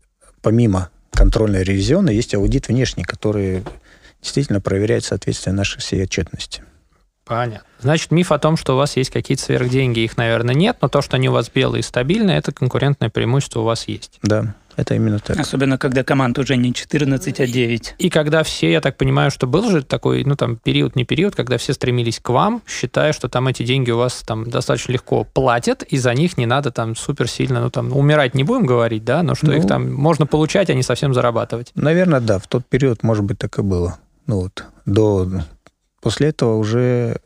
Speaker 3: помимо контрольной ревизионной есть аудит внешний, который действительно проверяет соответствие нашей всей отчетности.
Speaker 1: Понятно. Значит, миф о том, что у вас есть какие-то сверхденьги, их, наверное, нет, но то, что они у вас белые и стабильные, это конкурентное преимущество у вас есть.
Speaker 3: Да, это именно так.
Speaker 2: Особенно, когда команд уже не четырнадцать, а девять.
Speaker 1: И когда все, я так понимаю, что был же такой, ну, там, период, не период, когда все стремились к вам, считая, что там эти деньги у вас там достаточно легко платят, и за них не надо там супер сильно, ну, там, умирать не будем говорить, да, но что ну, их там можно получать, а не совсем зарабатывать.
Speaker 3: Наверное, да, в тот период, может быть, так и было. Ну, вот, до... После этого уже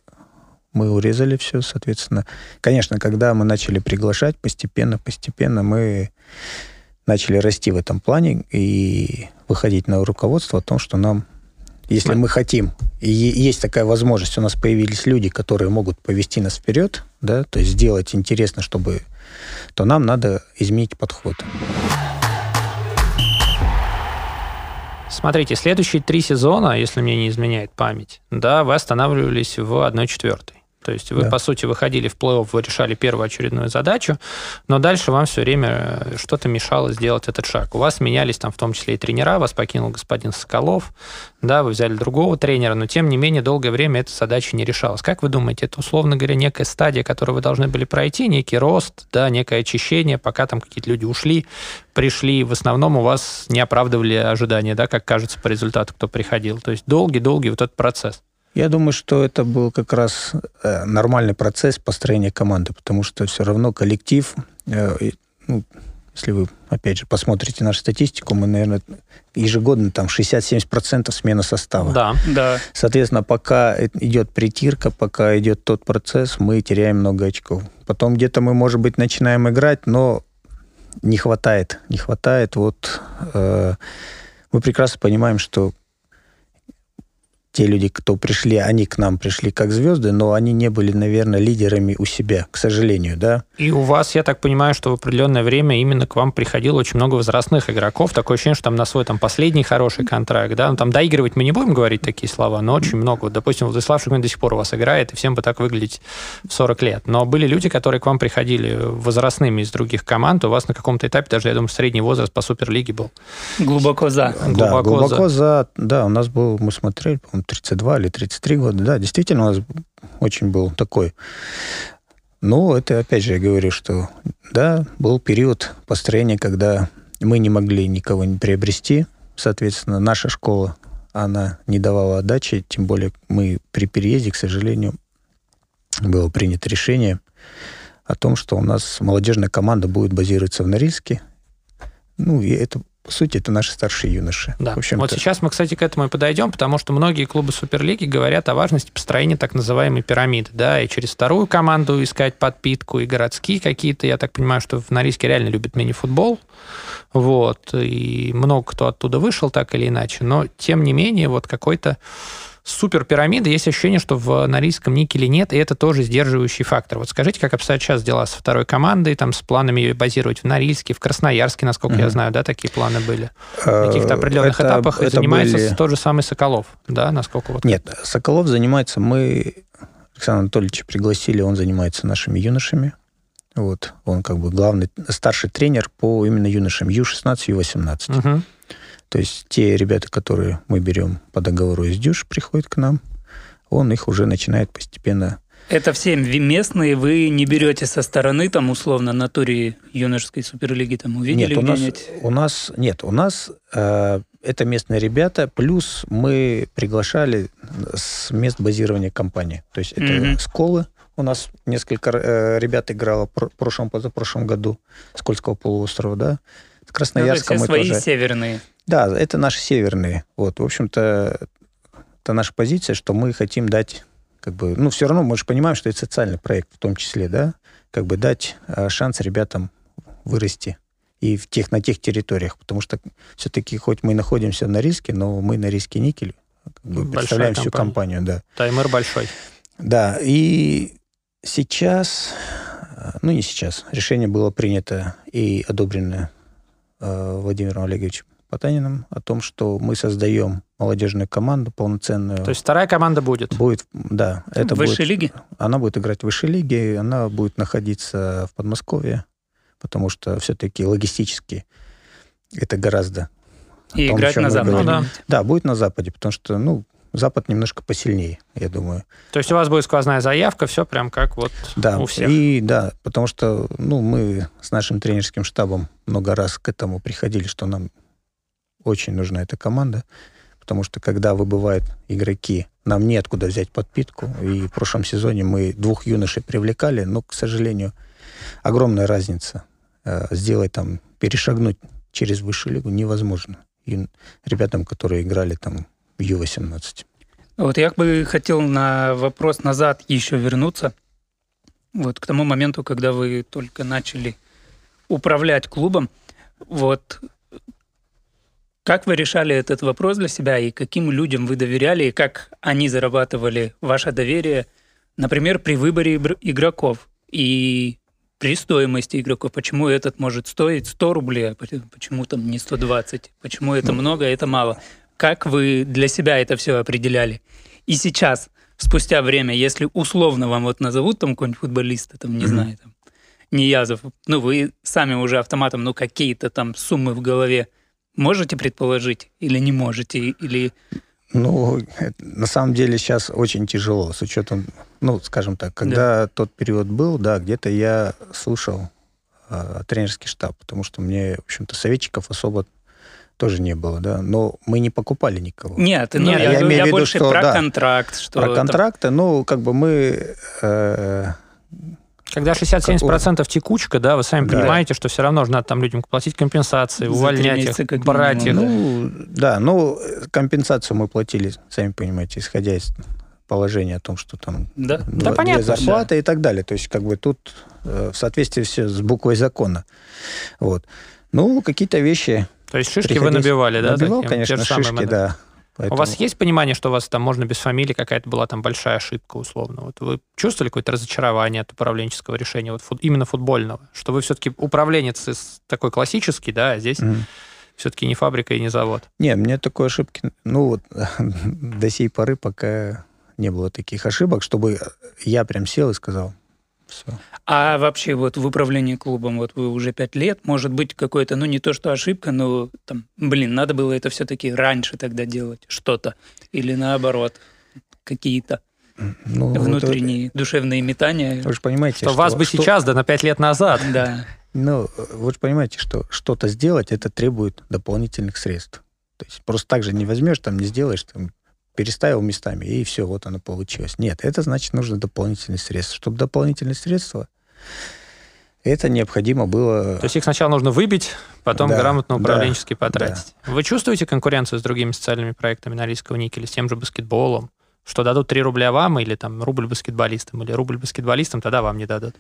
Speaker 3: мы урезали все, соответственно. Конечно, когда мы начали приглашать, постепенно, постепенно мы начали расти в этом плане и выходить на руководство о том, что нам, если мы хотим, и есть такая возможность, у нас появились люди, которые могут повести нас вперед, да, то есть сделать интересно, чтобы, то нам надо изменить подход.
Speaker 1: Смотрите, следующие три сезона, если мне не изменяет память, да, вы останавливались в одной четвертой. То есть вы, да. по сути, выходили в плей-офф, вы решали первую очередную задачу, но дальше вам все время что-то мешало сделать этот шаг. У вас менялись там в том числе и тренера, вас покинул господин Соколов, да, вы взяли другого тренера, но тем не менее долгое время эта задача не решалась. Как вы думаете, это, условно говоря, некая стадия, которую вы должны были пройти, некий рост, да, некое очищение, пока там какие-то люди ушли, пришли, в основном у вас не оправдывали ожидания, да, как кажется по результату, кто приходил. То есть долгий-долгий вот этот процесс.
Speaker 3: Я думаю, что это был как раз нормальный процесс построения команды, потому что все равно коллектив, ну, если вы, опять же, посмотрите нашу статистику, мы, наверное, ежегодно там шестьдесят-семьдесят процентов смена состава.
Speaker 1: Да, да.
Speaker 3: Соответственно, пока идет притирка, пока идет тот процесс, мы теряем много очков. Потом где-то мы, может быть, начинаем играть, но не хватает. Не хватает. Вот э, мы прекрасно понимаем, что те люди, кто пришли, они к нам пришли как звезды, но они не были, наверное, лидерами у себя, к сожалению, да.
Speaker 1: И у вас, я так понимаю, что в определенное время именно к вам приходило очень много возрастных игроков. Такое ощущение, что там на свой там последний хороший контракт, да. Ну, там доигрывать мы не будем говорить такие слова, но очень много. Вот, допустим, Владислав Шугин до сих пор у вас играет, и всем бы так выглядеть в сорок лет. Но были люди, которые к вам приходили возрастными из других команд. У вас на каком-то этапе даже, я думаю, средний возраст по Суперлиге был.
Speaker 2: Глубоко за.
Speaker 3: Да, глубоко, глубоко за. за. Да, у нас был, мы смотрели, по-моему, тридцать два или тридцать три года. Да, действительно, у нас очень был такой Ну, это опять же я говорю, что да, был период построения, когда мы не могли никого не приобрести. Соответственно, наша школа, она не давала отдачи, тем более мы при переезде, к сожалению, было принято решение о том, что у нас молодежная команда будет базироваться в Норильске. Ну, и это, по сути, это наши старшие юноши.
Speaker 1: Да. Вот сейчас мы, кстати, к этому и подойдем, потому что многие клубы Суперлиги говорят о важности построения так называемой пирамиды, да, и через вторую команду искать подпитку, и городские какие-то. Я так понимаю, что в Норильске реально любят мини-футбол, вот, и много кто оттуда вышел так или иначе, но, тем не менее, вот какой-то суперпирамиды, есть ощущение, что в Норильском никеле нет, и это тоже сдерживающий фактор. Вот скажите, как обстоят сейчас дела со второй командой, там, с планами ее базировать в Норильске, в Красноярске, насколько mm-hmm. я знаю, да, такие планы были? На каких-то определенных это, этапах это занимается были... тот же самый Соколов, да, насколько вот...
Speaker 3: Нет, Соколов занимается, мы Александра Анатольевича пригласили, он занимается нашими юношами, вот, он как бы главный, старший тренер по именно юношам ю шестнадцать, ю восемнадцать. Mm-hmm. То есть те ребята, которые мы берем по договору из ДЮШ, приходят к нам, он их уже начинает постепенно...
Speaker 2: Это все местные, вы не берете со стороны, там, условно, на туре юношеской суперлиги, там, увидели
Speaker 3: нет, у нас,
Speaker 2: где-нибудь?
Speaker 3: У нас, нет, у нас э, это местные ребята, плюс мы приглашали с мест базирования компании. То есть это mm-hmm. школы. У нас несколько э, ребят играло в прошлом, позапрошлом году с Кольского полуострова, да. С Красноярска
Speaker 2: ну,
Speaker 3: мы
Speaker 2: свои
Speaker 3: тоже...
Speaker 2: северные.
Speaker 3: Да, это наши северные. Вот, в общем-то, это наша позиция, что мы хотим дать, как бы, ну, все равно мы же понимаем, что это социальный проект в том числе, да, как бы дать э, шанс ребятам вырасти и в тех, на тех территориях, потому что все-таки, хоть мы находимся в Норильске, но мы Норильский никель, как бы, представляем компания. Всю компанию, да.
Speaker 1: Таймыр большой.
Speaker 3: Да, и сейчас, ну, не сейчас, решение было принято и одобрено э, Владимиром Олеговичем Потаниным о том, что мы создаем молодежную команду полноценную.
Speaker 1: То есть вторая команда будет?
Speaker 3: Будет, да. Это
Speaker 2: в высшей
Speaker 3: будет,
Speaker 2: лиге?
Speaker 3: Она будет играть в высшей лиге, она будет находиться в Подмосковье, потому что все-таки логистически это гораздо...
Speaker 2: И том, играть на Западе. Ну,
Speaker 3: да. да, будет на Западе, потому что, ну, Запад немножко посильнее, я думаю.
Speaker 1: То есть у вас будет сквозная заявка, все прям как вот
Speaker 3: да,
Speaker 1: у всех?
Speaker 3: И, да, потому что, ну, мы с нашим тренерским штабом много раз к этому приходили, что нам очень нужна эта команда, потому что когда выбывают игроки, нам неоткуда взять подпитку. И в прошлом сезоне мы двух юношей привлекали, но, к сожалению, огромная разница. Сделать там, перешагнуть через высшую лигу невозможно. И ребятам, которые играли там в ю восемнадцать.
Speaker 2: Вот я бы хотел на вопрос назад еще вернуться. Вот к тому моменту, когда вы только начали управлять клубом. Вот как вы решали этот вопрос для себя, и каким людям вы доверяли, и как они зарабатывали ваше доверие, например, при выборе игроков и при стоимости игроков? Почему этот может стоить сто рублей, а почему там не сто двадцать? Почему это ну, много, а это мало? Как вы для себя это все определяли? И сейчас, спустя время, если условно вам вот назовут там какого-нибудь футболиста, там, не mm-hmm. знаю, там, Ниязов, ну, вы сами уже автоматом, ну, какие-то там суммы в голове можете предположить или не можете? Или...
Speaker 3: Ну, на самом деле сейчас очень тяжело, с учетом, ну, скажем так, когда да. тот период был, да, где-то я слушал э, тренерский штаб, потому что мне, в общем-то, советчиков особо тоже не было, да, но мы не покупали никого.
Speaker 2: Нет, ну, я, я, я, я больше что, про да, контракт. Что
Speaker 3: про контракты, ну, как бы мы... Э,
Speaker 1: Когда шестьдесят-семьдесят процентов текучка, да, вы сами да. понимаете, что все равно же надо там людям платить компенсации, за увольнять их, брать их.
Speaker 3: Ну, да, ну, компенсацию мы платили, сами понимаете, исходя из положения о том, что там
Speaker 2: да?
Speaker 3: Да, понятно, зарплата да. и так далее. То есть, как бы тут э, в соответствии все с буквой закона. Вот. Ну, какие-то вещи...
Speaker 1: То есть шишки вы набивали, да?
Speaker 3: Набивал, таким, конечно, шишки, модель. Да.
Speaker 1: Поэтому... У вас есть понимание, что у вас там можно без фамилии, какая-то была там большая ошибка, условно? Вот вы чувствовали какое-то разочарование от управленческого решения, вот фут... именно футбольного? Что вы все-таки управленец такой классический, да, а здесь mm. все-таки не фабрика и не завод?
Speaker 3: Не, мне такой ошибки, ну вот до сей поры пока не было таких ошибок, чтобы я прям сел и сказал, все.
Speaker 2: А вообще вот в управлении клубом, вот вы уже пять лет, может быть какой-то, ну не то что ошибка, но там, блин, надо было это все-таки раньше тогда делать, что-то, или наоборот, какие-то ну, внутренние это... душевные метания.
Speaker 3: Вы же понимаете,
Speaker 1: что, что вас бы что... сейчас, да на пять лет назад.
Speaker 2: Да.
Speaker 3: Ну, вы же понимаете, что что-то сделать, это требует дополнительных средств. То есть просто так же не возьмешь, там не сделаешь, там, переставил местами, и все, вот оно получилось. Нет, это значит, нужно дополнительные средства. Чтобы дополнительные средства, это необходимо было...
Speaker 1: То есть их сначала нужно выбить, потом да, грамотно управленчески да, потратить.
Speaker 3: Да.
Speaker 1: Вы чувствуете конкуренцию с другими социальными проектами Норильского никеля, с тем же баскетболом? Что дадут три рубля вам, или там рубль баскетболистам, или рубль баскетболистам, тогда вам не дадут?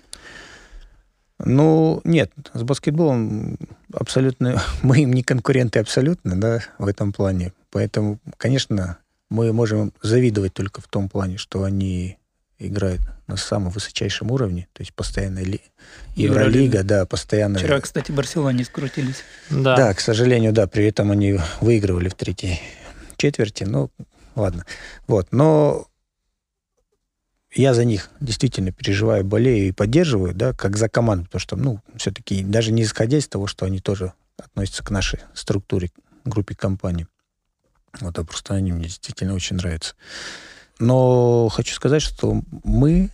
Speaker 3: Ну, нет, с баскетболом абсолютно... Мы им не конкуренты абсолютно, да, в этом плане. Поэтому, конечно, мы можем завидовать только в том плане, что они играют на самом высочайшем уровне, то есть постоянно ли... Евролига, да, постоянно...
Speaker 2: Вчера, кстати, в Барселоне скрутились.
Speaker 3: Да. да, к сожалению, да, при этом они выигрывали в третьей четверти, ну, ладно. Вот, но я за них действительно переживаю, болею и поддерживаю, да, как за команду, потому что, ну, все-таки даже не исходя из того, что они тоже относятся к нашей структуре, группе компаний. Вот, а просто они мне действительно очень нравятся. Но хочу сказать, что мы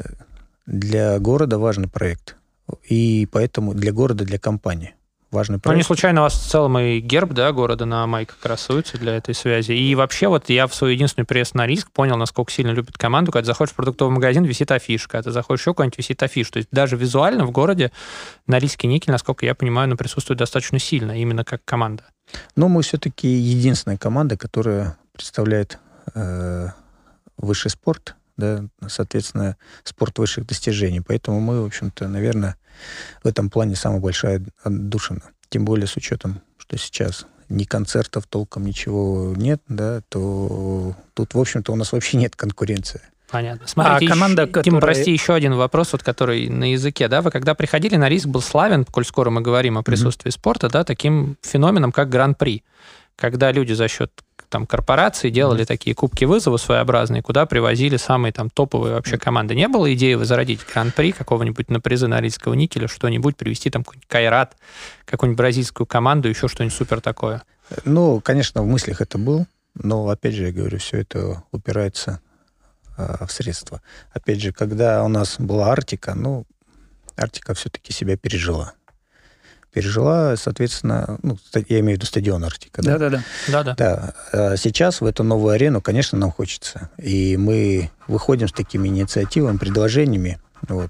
Speaker 3: для города важный проект. И поэтому для города, для компании важный проект.
Speaker 1: Ну, не случайно у вас в целом и герб, да, города на майках красуется для этой связи. И вообще вот я в свой единственный приезд на Норильск понял, насколько сильно любят команду. Когда заходишь в продуктовый магазин, висит афиша. Когда ты заходишь еще куда-нибудь, висит афиша. То есть даже визуально в городе Норильский никель, насколько я понимаю, ну, присутствует достаточно сильно, именно как команда.
Speaker 3: Ну, мы все-таки единственная команда, которая представляет э, высший спорт, да, соответственно, спорт высших достижений. Поэтому мы, в общем-то, наверное, в этом плане самая большая отдушина. Тем более с учетом, что сейчас ни концертов толком ничего нет, да, то тут, в общем-то, у нас вообще нет конкуренции.
Speaker 1: Понятно. Смотрите,
Speaker 2: а команда,
Speaker 1: еще,
Speaker 2: которая...
Speaker 1: Тим, прости, еще один вопрос, вот, который на языке. Да? Вы когда приходили, Норильск был славен, коль скоро мы говорим о присутствии mm-hmm. спорта, да, таким феноменом, как Гран-при. Когда люди за счет там, корпораций делали mm-hmm. такие кубки вызова своеобразные, куда привозили самые там, топовые вообще команды. Не было идеи возродить Гран-при какого-нибудь на призы Норильского никеля, что-нибудь, привезти там какой-нибудь Кайрат, какую-нибудь бразильскую команду, еще что-нибудь супер такое?
Speaker 3: Ну, конечно, в мыслях это был, но, опять же, я говорю, все это упирается в средства. Опять же, когда у нас была Арктика, ну, Арктика все-таки себя пережила. Пережила, соответственно, ну, я имею в виду стадион Арктика.
Speaker 2: Да-да-да.
Speaker 3: Да. Да. Сейчас в эту новую арену, конечно, нам хочется. И мы выходим с такими инициативами, предложениями. Вот.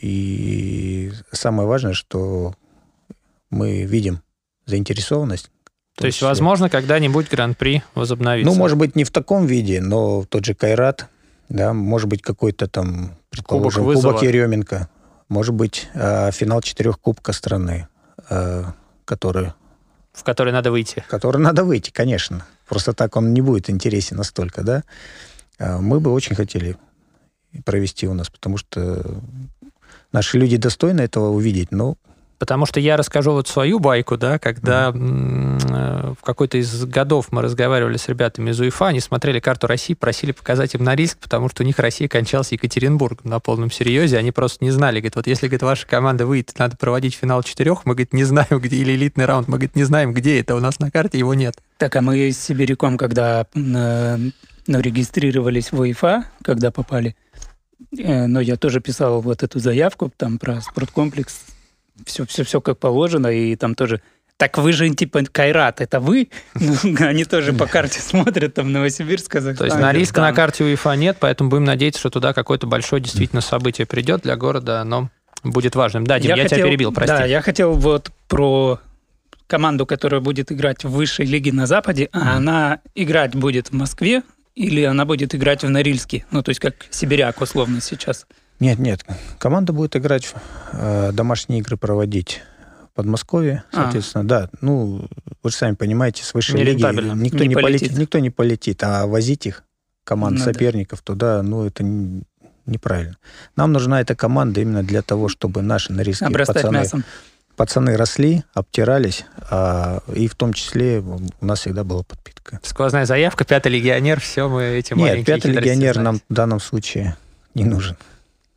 Speaker 3: И самое важное, что мы видим заинтересованность.
Speaker 1: То есть, возможно, когда-нибудь Гран-при возобновится?
Speaker 3: Ну, может быть, не в таком виде, но тот же Кайрат, да, может быть, какой-то там, предположим, Кубок, Кубок Еременко, может быть, э, финал четырех Кубка страны, э, который...
Speaker 1: В который надо выйти.
Speaker 3: В который надо выйти, конечно. Просто так он не будет интересен настолько, да. Э, мы бы очень хотели провести у нас, потому что наши люди достойны этого увидеть, но...
Speaker 1: Потому что я расскажу вот свою байку, да, когда mm-hmm. в какой-то из годов мы разговаривали с ребятами из УЕФА, они смотрели карту России, просили показать им Норильск, потому что у них Россия кончалась Екатеринбургом на полном серьезе, они просто не знали, говорит, вот если, говорит, ваша команда выйдет, надо проводить финал четырех, мы, говорит, не знаем, где, или элитный раунд, мы, говорит, не знаем, где это, у нас на карте его нет.
Speaker 2: Так, а мы с Сибиряком, когда э, ну, регистрировались в УЕФА, когда попали, э, но я тоже писал вот эту заявку там про спорткомплекс, Все, все, все как положено, и там тоже... Так вы же, типа, Кайрат, это вы? Ну, они тоже по карте смотрят, там, Новосибирск, Казахстан.
Speaker 1: То есть Норильска на карте УЕФА нет, поэтому будем надеяться, что туда какое-то большое действительно событие придет для города, оно будет важным. Да, Дим, я, я хотел, тебя перебил, прости.
Speaker 2: Да, я хотел вот про команду, которая будет играть в высшей лиге на Западе, а mm. она играть будет в Москве или она будет играть в Норильске? Ну, то есть как Сибиряк, условно, сейчас.
Speaker 3: Нет, нет. Команда будет играть, э, домашние игры проводить в Подмосковье, соответственно. А. Да, ну, вы же сами понимаете, с высшей лиги никто не, не полетит. полетит. Никто не полетит, а возить их, команд ну, соперников, да. туда, ну, это не, неправильно. Нам нужна эта команда именно для того, чтобы наши норильские пацаны, пацаны росли, обтирались, а, и в том числе у нас всегда была подпитка.
Speaker 1: Сквозная заявка, пятый легионер, все мы эти маленькие...
Speaker 3: Нет, пятый легионер нам в данном случае не нужен.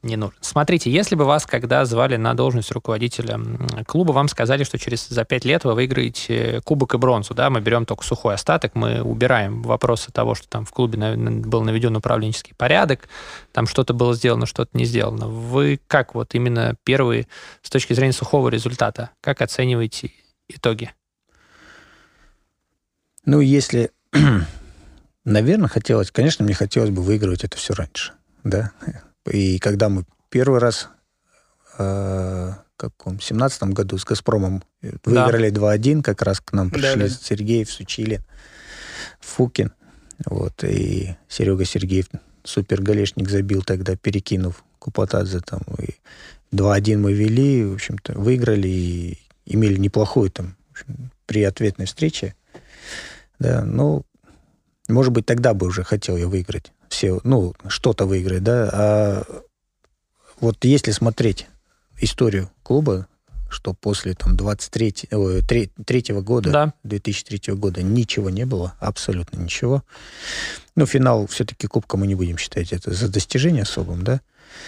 Speaker 1: не нужен. Смотрите, если бы вас, когда звали на должность руководителя клуба, вам сказали, что через за пять лет вы выиграете кубок и бронзу, да, мы берем только сухой остаток, мы убираем вопросы того, что там в клубе был наведен управленческий порядок, там что-то было сделано, что-то не сделано. Вы как вот именно первые, с точки зрения сухого результата, как оцениваете итоги?
Speaker 3: Ну, если... Наверное, хотелось... Конечно, мне хотелось бы выигрывать это все раньше, да. И когда мы первый раз э, как в семнадцатом году с «Газпромом» выиграли да. два один, как раз к нам пришли да, да. Сергеев, Сучилин, Фукин. Вот, и Серега Сергеев супер голешник забил тогда, перекинув Купатадзе. Там, и два один мы вели, в общем-то, выиграли и имели неплохую там в общем, при ответной встрече. Да, ну, может быть, тогда бы уже хотел я выиграть. Все, ну, что-то выиграть, да. А вот если смотреть историю клуба, что после там двадцать третьего года, да. две тысячи третьего года ничего не было, абсолютно ничего. Ну, финал все-таки Кубка мы не будем считать это за достижение особым, да,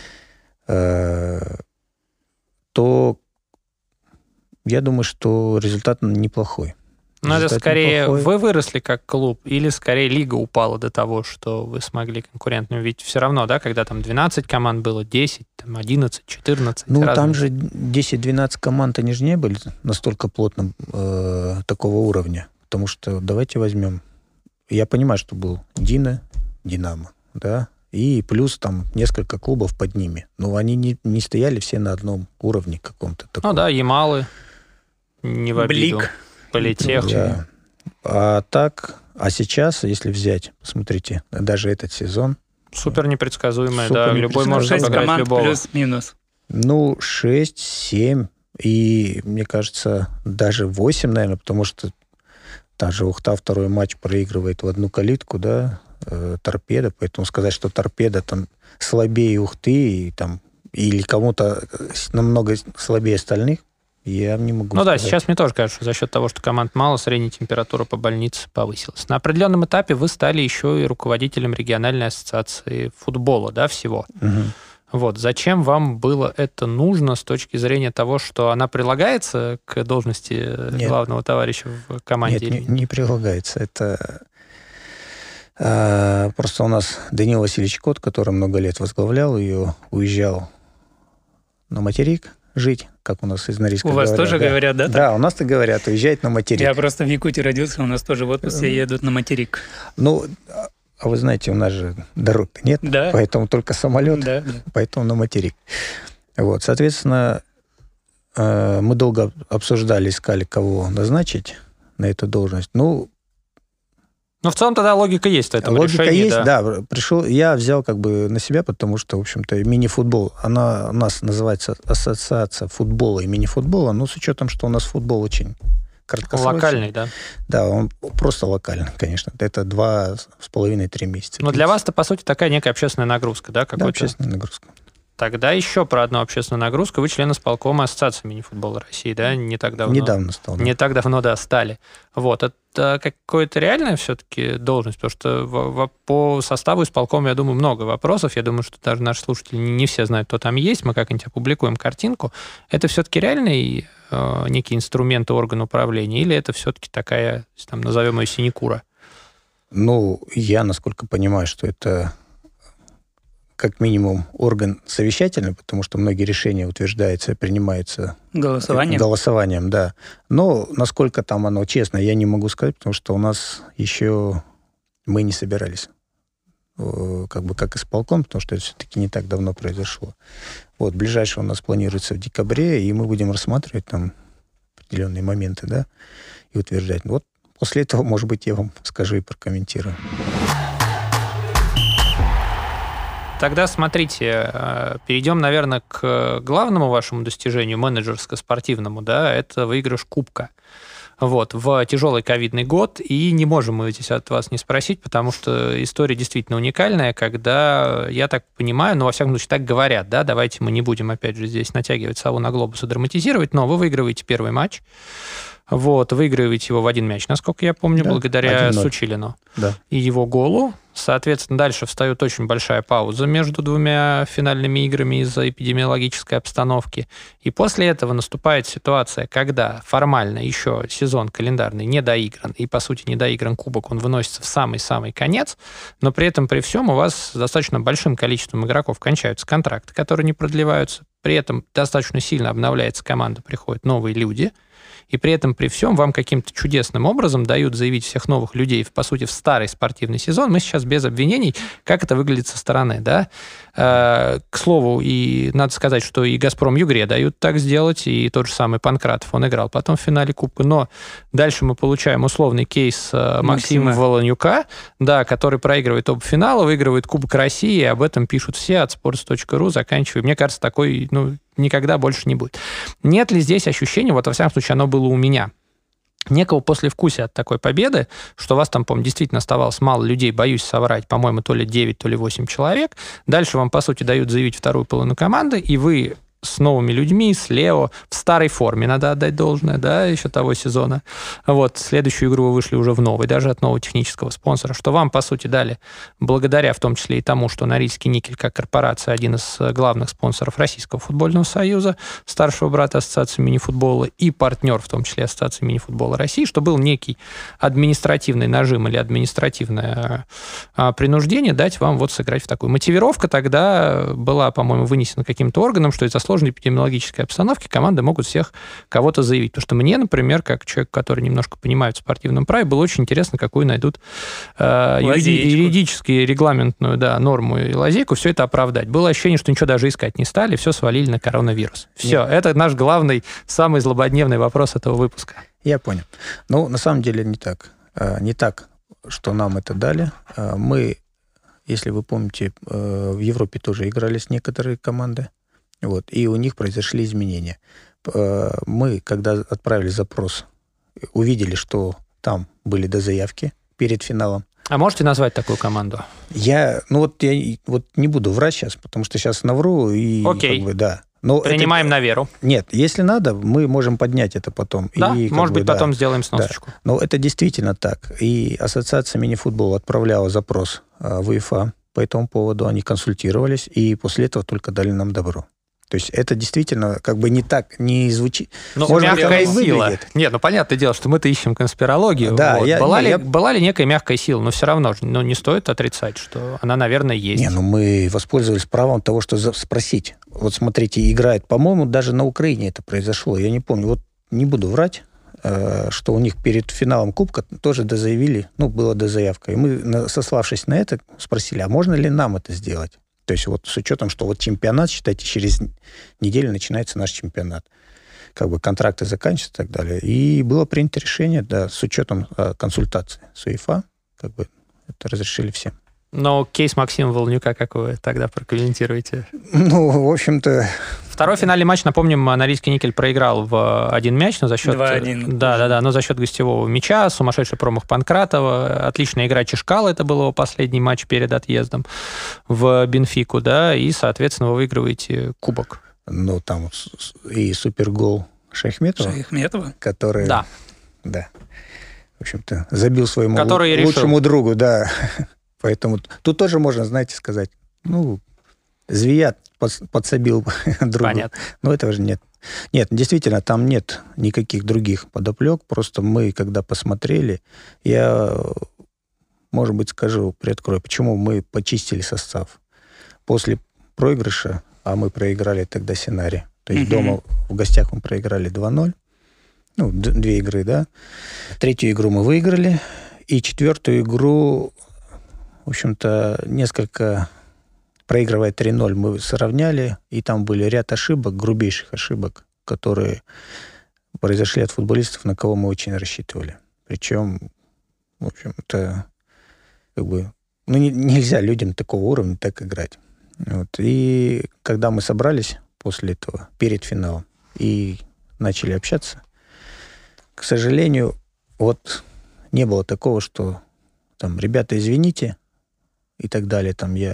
Speaker 3: то я думаю, что результат неплохой.
Speaker 1: Но это скорее неплохой. Вы выросли как клуб или скорее лига упала до того, что вы смогли конкурентно? Ведь все равно, да, когда там двенадцать команд было, десять, там одиннадцать, четырнадцать.
Speaker 3: Ну,
Speaker 1: разные.
Speaker 3: Там же десять-двенадцать команд, они же не были настолько плотно э, такого уровня. Потому что, давайте возьмем, я понимаю, что был Дино, Динамо, да, и плюс там несколько клубов под ними. Но они не, не стояли все на одном уровне каком-то таком.
Speaker 1: Ну да, Ямалы, не в обиду.
Speaker 2: Блик.
Speaker 1: Политех.
Speaker 3: Да. А так, а сейчас, если взять, посмотрите, даже этот сезон.
Speaker 1: Супер непредсказуемое, супер да. Любой может обыграть любого.
Speaker 2: Плюс-минус.
Speaker 3: Ну, шесть, семь и, мне кажется, даже восемь, наверное, потому что та же Ухта второй матч проигрывает в одну калитку, да, э, Торпедо, поэтому сказать, что Торпедо там слабее Ухты и там или кому-то намного слабее остальных, я не могу
Speaker 1: Ну
Speaker 3: сказать.
Speaker 1: Да, сейчас мне тоже кажется, что за счет того, что команд мало, средняя температура по больнице повысилась. На определенном этапе вы стали еще и руководителем региональной ассоциации футбола, да, всего.
Speaker 3: Угу.
Speaker 1: Вот. Зачем вам было это нужно с точки зрения того, что она прилагается к должности Нет. главного товарища в команде?
Speaker 3: Нет, не, не прилагается. Это а, просто у нас Данил Васильевич Кот, который много лет возглавлял ее, уезжал на материк жить, как у нас из Норильска
Speaker 2: У
Speaker 3: говорят.
Speaker 2: вас тоже
Speaker 3: да.
Speaker 2: говорят, да?
Speaker 3: Да, у нас-то говорят, уезжать на материк.
Speaker 2: Я просто в Якутии родился, у нас тоже в отпуск все едут на материк.
Speaker 3: Ну, а вы знаете, у нас же дорог нет,
Speaker 2: да.
Speaker 3: поэтому только самолет,
Speaker 2: да, да.
Speaker 3: поэтому на материк. Вот, соответственно, мы долго обсуждали, искали, кого назначить на эту должность. Ну,
Speaker 1: Ну, в целом тогда логика есть в этом
Speaker 3: логика
Speaker 1: решении.
Speaker 3: есть,
Speaker 1: да.
Speaker 3: да. Пришел, я взял как бы на себя, потому что, в общем-то, мини-футбол, она у нас называется ассоциация футбола и мини-футбола, но с учетом, что у нас футбол очень краткосрочный.
Speaker 1: Локальный, да?
Speaker 3: Да, он просто локальный, конечно. Это два с половиной-три месяца.
Speaker 1: Но для вас это, по сути, такая некая общественная нагрузка, да?
Speaker 3: Да, общественная нагрузка.
Speaker 1: Тогда еще про одну общественную нагрузку. Вы член исполкома Ассоциации мини-футбола России, да? Не так давно.
Speaker 3: Недавно стал. Да.
Speaker 1: Не так давно, да, стали. Вот. Это какая-то реальная все-таки должность? Потому что в, в, по составу исполкома, я думаю, много вопросов. Я думаю, что даже наши слушатели не, не все знают, кто там есть. Мы как-нибудь опубликуем картинку. Это все-таки реальный э, некий инструмент органа управления? Или это все-таки такая, там, назовем ее синекура?
Speaker 3: Ну, я, насколько понимаю, что это как минимум орган совещательный, потому что многие решения утверждаются, принимаются
Speaker 2: голосованием.
Speaker 3: голосованием, да. Но насколько там оно честно, я не могу сказать, потому что у нас еще мы не собирались как бы как исполком, потому что это все-таки не так давно произошло. Вот, ближайшее у нас планируется в декабре, и мы будем рассматривать там определенные моменты, да, и утверждать. Вот после этого, может быть, я вам скажу и прокомментирую.
Speaker 1: Тогда смотрите, перейдем, наверное, к главному вашему достижению, менеджерско-спортивному, да, это выигрыш Кубка. Вот, в тяжелый ковидный год, и не можем мы здесь от вас не спросить, потому что история действительно уникальная, когда, я так понимаю, ну, во всяком случае, так говорят, да, давайте мы не будем, опять же, здесь натягивать сову на глобус и драматизировать, но вы выигрываете первый матч, Вот, выигрываете его в один мяч, насколько я помню, да, благодаря Сучилину.
Speaker 3: Да.
Speaker 1: И его голу. Соответственно, дальше встает очень большая пауза между двумя финальными играми из-за эпидемиологической обстановки. И после этого наступает ситуация, когда формально еще сезон календарный не доигран, и, по сути, не доигран кубок, он выносится в самый-самый конец, но при этом, при всем, у вас с достаточно большим количеством игроков кончаются контракты, которые не продлеваются. При этом достаточно сильно обновляется команда, приходят новые люди, и при этом, при всем, вам каким-то чудесным образом дают заявить всех новых людей, по сути, в старый спортивный сезон. Мы сейчас без обвинений, как это выглядит со стороны, да. К слову, и надо сказать, что и «Газпром Югре» дают так сделать, и тот же самый Панкратов, он играл потом в финале Кубка. Но дальше мы получаем условный кейс Максима, Максима Волонюка, да, который проигрывает оба финала, выигрывает Кубок России, и об этом пишут все от sports точка ru, заканчивая. Мне кажется, такой, ну, никогда больше не будет. Нет ли здесь ощущения, вот во всяком случае оно было у меня, некого послевкусия от такой победы, что у вас там, по-моему, действительно оставалось мало людей, боюсь соврать, по-моему, то ли девять, то ли восемь человек. Дальше вам, по сути, дают заявить вторую половину команды, и вы с новыми людьми, с Лео, в старой форме, надо отдать должное, да, еще того сезона. Вот, следующую игру вы вышли уже в новой, даже от нового технического спонсора, что вам, по сути, дали, благодаря в том числе и тому, что Норильский никель, как корпорация, один из главных спонсоров Российского футбольного союза, старшего брата Ассоциации мини-футбола и партнер, в том числе Ассоциации мини-футбола России, что был некий административный нажим или административное принуждение дать вам вот сыграть в такую. Мотивировка тогда была, по-моему, вынесена каким-то органом, что из-за сложной эпидемиологической обстановки команды могут всех кого-то заявить. Потому что мне, например, как человек, который немножко понимает в спортивном праве, было очень интересно, какую найдут э, юридически регламентную, да, норму и лазейку все это оправдать. Было ощущение, что ничего даже искать не стали, все свалили на коронавирус. Все, Нет. Это наш главный, самый злободневный вопрос этого выпуска.
Speaker 3: Я понял. Ну, на самом деле не так. Не так, что нам это дали. Мы, если вы помните, в Европе тоже игрались некоторые команды. Вот, и у них произошли изменения. Мы, когда отправили запрос, увидели, что там были дозаявки перед финалом.
Speaker 1: А можете назвать такую команду?
Speaker 3: Я, ну вот я вот не буду врать сейчас, потому что сейчас навру и
Speaker 1: Окей.
Speaker 3: Как бы, да. Но
Speaker 1: принимаем
Speaker 3: это,
Speaker 1: на веру.
Speaker 3: Нет, если надо, мы можем поднять это потом.
Speaker 1: Да,
Speaker 3: и,
Speaker 1: может
Speaker 3: бы,
Speaker 1: быть,
Speaker 3: да,
Speaker 1: потом сделаем сносочку.
Speaker 3: Да. Но это действительно так. И Ассоциация мини-футбола отправляла запрос в УЕФА по этому поводу, они консультировались, и после этого только дали нам добро. То есть это действительно как бы не так, не звучит.
Speaker 1: Ну, мягкая сила. Нет, ну, понятное дело, что мы-то ищем конспирологию. Да, вот. я, была, не, ли, я... была ли некая мягкая сила? Но все равно ну, не стоит отрицать, что она, наверное, есть.
Speaker 3: Не, ну мы воспользовались правом того, что спросить. Вот смотрите, играет, по-моему, даже на Украине это произошло. Я не помню, вот не буду врать, что у них перед финалом Кубка тоже дозаявили, ну, была дозаявка. И мы, сославшись на это, спросили, а можно ли нам это сделать? То есть вот с учетом, что вот чемпионат, считайте, через неделю начинается наш чемпионат. Как бы контракты заканчиваются и так далее. И было принято решение, да, с учетом э, консультации с УЕФА, как бы это разрешили всем.
Speaker 1: Но кейс Максима Волонюка, как вы тогда прокомментируете?
Speaker 3: Ну, в общем-то...
Speaker 1: Второй финальный матч, напомним, Норильский никель проиграл в один мяч, но за счет...
Speaker 2: два один.
Speaker 1: Да, да, да, но за счет гостевого мяча, сумасшедший промах Панкратова, отличная игра Чешкала, это был его последний матч перед отъездом в Бенфику, да, и, соответственно, вы выигрываете кубок.
Speaker 3: Ну, там и супергол Шаяхметова.
Speaker 2: Шаяхметова?
Speaker 3: Который...
Speaker 1: Да.
Speaker 3: Да. В общем-то, забил своему
Speaker 1: который
Speaker 3: лучшему
Speaker 1: решил.
Speaker 3: другу, да. Поэтому тут тоже можно, знаете, сказать, ну, Звия подсобил другу.
Speaker 1: Понятно.
Speaker 3: Но этого же нет. Нет, действительно, там нет никаких других подоплек. Просто мы, когда посмотрели, я, может быть, скажу, приоткрою, почему мы почистили состав. После проигрыша, а мы проиграли тогда Синари, то есть mm-hmm. дома в гостях мы проиграли два ноль, ну, д- две игры, да. Третью игру мы выиграли, и четвертую игру... В общем-то, несколько, проигрывая три ноль, мы сравняли, и там были ряд ошибок, грубейших ошибок, которые произошли от футболистов, на кого мы очень рассчитывали. Причем, в общем-то, как бы, ну, не, нельзя людям такого уровня так играть. Вот. И когда мы собрались после этого, перед финалом, и начали общаться, к сожалению, вот не было такого, что там, ребята, извините, и так далее, там я,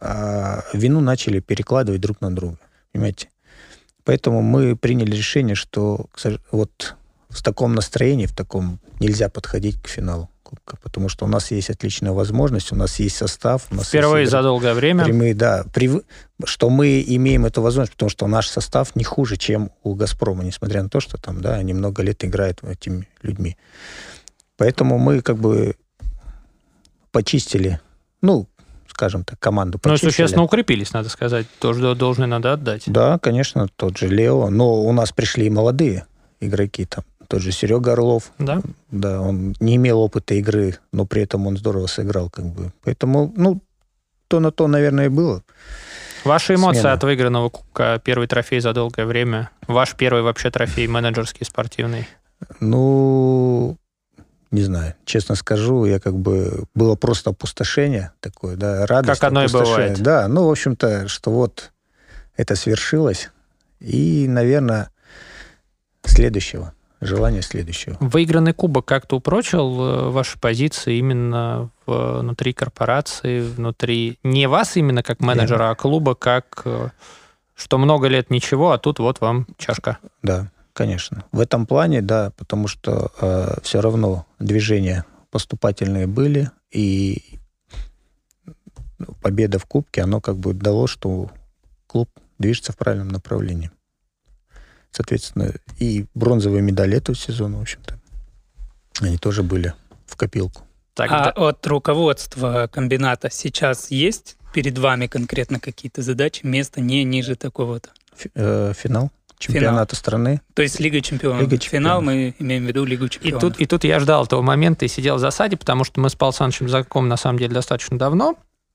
Speaker 3: а вину начали перекладывать друг на друга, понимаете? Поэтому мы приняли решение, что вот в таком настроении, в таком нельзя подходить к финалу Кубка, потому что у нас есть отличная возможность, у нас есть состав. У нас
Speaker 1: Впервые
Speaker 3: есть
Speaker 1: за долгое время.
Speaker 3: Прямые, да, прив... что мы имеем эту возможность, потому что наш состав не хуже, чем у «Газпрома», несмотря на то, что там, да, они много лет играют этими людьми. Поэтому мы как бы почистили, ну, скажем так, команду почистили.
Speaker 1: Ну, существенно укрепились, надо сказать, тоже должны надо отдать.
Speaker 3: Да, конечно, тот же Лео, но у нас пришли и молодые игроки, там, тот же Серега Орлов.
Speaker 1: Да?
Speaker 3: Да, он не имел опыта игры, но при этом он здорово сыграл, как бы. Поэтому, ну, то на то, наверное, и было.
Speaker 1: Ваши эмоции
Speaker 3: Смена.
Speaker 1: от выигранного Кубка, первый трофей за долгое время, ваш первый вообще трофей менеджерский, спортивный?
Speaker 3: Ну, не знаю, честно скажу, я как бы... Было просто опустошение такое, да, радость.
Speaker 1: Как оно и бывает.
Speaker 3: Да, ну, в общем-то, что вот это свершилось. И, наверное, следующего. Желание следующего.
Speaker 1: Выигранный кубок как-то упрочил ваши позиции именно внутри корпорации, внутри не вас именно как менеджера, yeah. а клуба как что много лет ничего, а тут вот вам чашка.
Speaker 3: Да, конечно. В этом плане, да, потому что э, все равно движения поступательные были, и победа в кубке, оно как бы дало, что клуб движется в правильном направлении. Соответственно, и бронзовые медали этого сезона, в общем-то, они тоже были в копилку.
Speaker 2: Так, а да. От руководства комбината сейчас есть перед вами конкретно какие-то задачи, место не ниже такого-то?
Speaker 3: Фи- э, финал чемпионата
Speaker 2: финал.
Speaker 3: страны.
Speaker 2: То есть Лига чемпионов.
Speaker 3: Лига чемпионов.
Speaker 2: Финал мы имеем в виду Лигу чемпионов.
Speaker 1: И тут, и тут я ждал этого момента и сидел в засаде, потому что мы с Павлом Александровичем знакомы на самом деле достаточно давно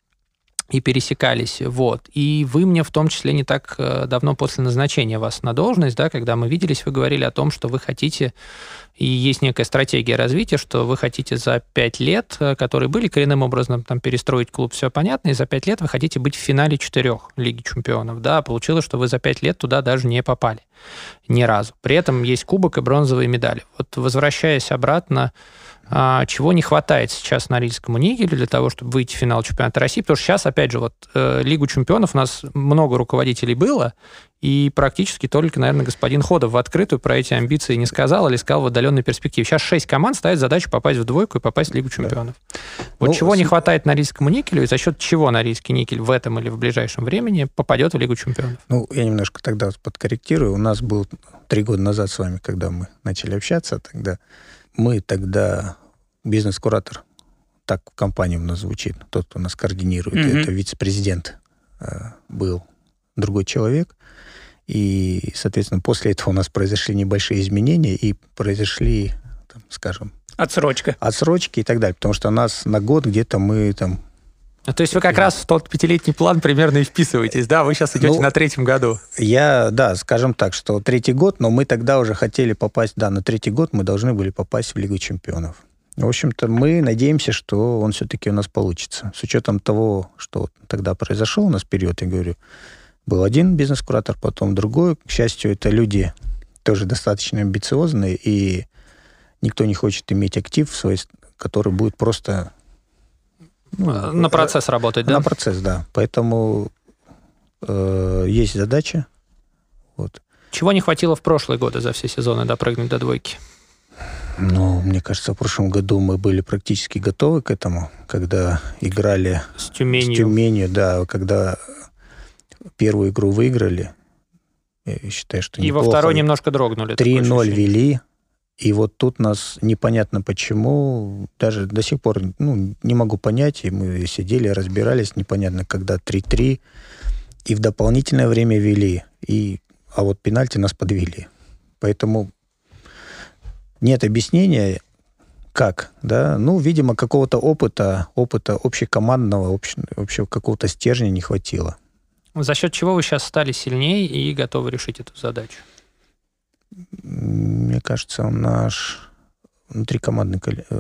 Speaker 1: и пересекались, вот. И вы мне в том числе не так давно после назначения вас на должность, да, когда мы виделись, вы говорили о том, что вы хотите, и есть некая стратегия развития, что вы хотите за пять лет, которые были коренным образом там перестроить клуб, все понятно, и за пять лет вы хотите быть в финале четырех Лиги чемпионов, да, получилось, что вы за пять лет туда даже не попали ни разу. При этом есть кубок и бронзовые медали. Вот возвращаясь обратно, чего не хватает сейчас Норильскому никелю для того, чтобы выйти в финал чемпионата России, потому что сейчас, опять же, вот э, Лигу чемпионов у нас много руководителей было, и практически только, наверное, господин Ходов в открытую про эти амбиции не сказал или сказал в отдаленной перспективе. Сейчас шесть команд ставят задачу попасть в двойку и попасть в Лигу чемпионов. Да. Вот ну, чего с... не хватает Норильскому никелю, и за счет чего Норильский никель в этом или в ближайшем времени попадет в Лигу чемпионов?
Speaker 3: Ну, я немножко тогда подкорректирую. У нас был три года назад с вами, когда мы начали общаться, тогда мы тогда бизнес-куратор, так в компании у нас звучит, тот, кто нас координирует, mm-hmm. это вице-президент э, был другой человек, и, соответственно, после этого у нас произошли небольшие изменения, и произошли, там, скажем...
Speaker 2: Отсрочка.
Speaker 3: Отсрочки и так далее, потому что у нас на год где-то мы там...
Speaker 1: А то есть вы как да. раз в тот пятилетний план примерно и вписываетесь, да? Вы сейчас идете ну, на третьем году.
Speaker 3: Я, да, скажем так, что третий год, но мы тогда уже хотели попасть, да, на третий год мы должны были попасть в Лигу чемпионов. В общем-то, мы надеемся, что он все-таки у нас получится. С учетом того, что тогда произошел у нас период, я говорю, был один бизнес-куратор, потом другой. К счастью, это люди тоже достаточно амбициозные, и никто не хочет иметь актив свой, который будет просто...
Speaker 1: Ну, на процесс работать, да?
Speaker 3: На процесс, да. Поэтому э, есть задача. Вот.
Speaker 1: Чего не хватило в прошлые годы за все сезоны допрыгнуть до двойки?
Speaker 3: Ну, мне кажется, в прошлом году мы были практически готовы к этому, когда играли
Speaker 1: с Тюменью.
Speaker 3: С Тюменью, да, когда первую игру выиграли. Я считаю, что
Speaker 1: и
Speaker 3: неплохо.
Speaker 1: Во второй немножко дрогнули.
Speaker 3: три ноль вели. И вот тут нас непонятно почему, даже до сих пор ну, не могу понять, и мы сидели, разбирались, непонятно, когда три-три, и в дополнительное время вели, и, а вот пенальти нас подвели. Поэтому нет объяснения, как, да, ну, видимо, какого-то опыта, опыта общекомандного, общ, общего какого-то стержня не хватило.
Speaker 1: За счет чего вы сейчас стали сильнее и готовы решить эту задачу?
Speaker 3: Мне кажется, наш внутрикомандный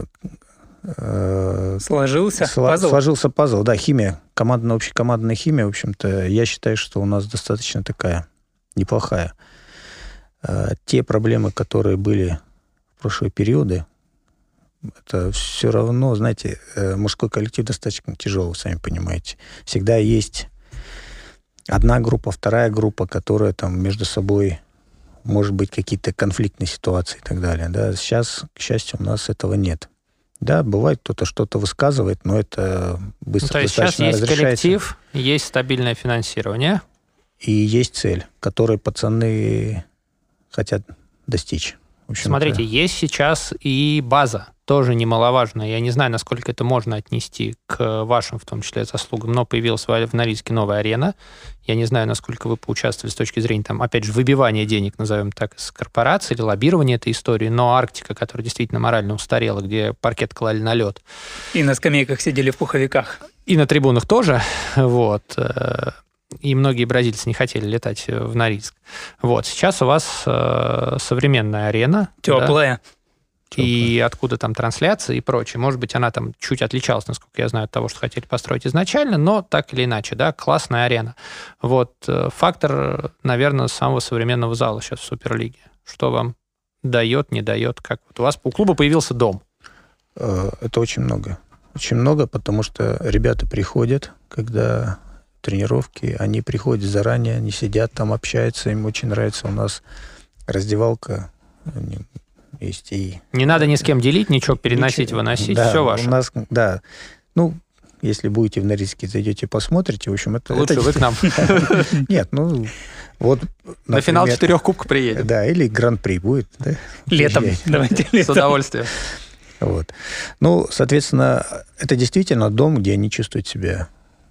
Speaker 3: э,
Speaker 2: сложился
Speaker 3: сло,
Speaker 2: пазл.
Speaker 3: Сложился пазл, да, химия, командная, общекомандная химия, в общем-то, я считаю, что у нас достаточно такая неплохая. Э, те проблемы, которые были в прошлые периоды, это все равно, знаете, э, мужской коллектив достаточно тяжелый, сами понимаете. Всегда есть одна группа, вторая группа, которая там между собой может быть, какие-то конфликтные ситуации и так далее. Да. Сейчас, к счастью, у нас этого нет. Да, бывает, кто-то что-то высказывает, но это быстро
Speaker 1: ну, то есть
Speaker 3: достаточно
Speaker 1: сейчас есть
Speaker 3: разрешается.
Speaker 1: коллектив, есть стабильное финансирование.
Speaker 3: И есть цель, которой пацаны хотят достичь. В общем-то.
Speaker 1: Смотрите, есть сейчас и база, тоже немаловажная. Я не знаю, насколько это можно отнести к вашим, в том числе, заслугам, но появилась в Норильске новая арена. Я не знаю, насколько вы поучаствовали с точки зрения, там, опять же, выбивания денег, назовем так, из корпорации или лоббирования этой истории, но Арктика, которая действительно морально устарела, где паркет клали на лед.
Speaker 2: И на скамейках сидели в пуховиках.
Speaker 1: И на трибунах тоже, вот. И многие бразильцы не хотели летать в Норильск. Вот. Сейчас у вас э, современная арена.
Speaker 2: Теплая.
Speaker 1: Да? И откуда там трансляции и прочее. Может быть, она там чуть отличалась, насколько я знаю, от того, что хотели построить изначально, но так или иначе, да, классная арена. Вот. Фактор, наверное, самого современного зала сейчас в Суперлиге. Что вам дает, не дает? Как вот у вас у клуба появился дом?
Speaker 3: Это очень много. Очень много, потому что ребята приходят, когда... тренировки, они приходят заранее, они сидят там, общаются, им очень нравится. У нас раздевалка есть и...
Speaker 1: Не надо ни с кем делить, ничего переносить, ничего, выносить, да, все ваше.
Speaker 3: У нас, да, ну, если будете в Норильске, зайдете, посмотрите, в общем, это...
Speaker 1: Лучше
Speaker 3: это...
Speaker 1: вы к нам.
Speaker 3: Нет, ну, вот...
Speaker 1: На финал четырех кубков приедем.
Speaker 3: Да, или Гран-при будет.
Speaker 2: Летом, давайте летом.
Speaker 1: С удовольствием.
Speaker 3: Вот. Ну, соответственно, это действительно дом, где они чувствуют себя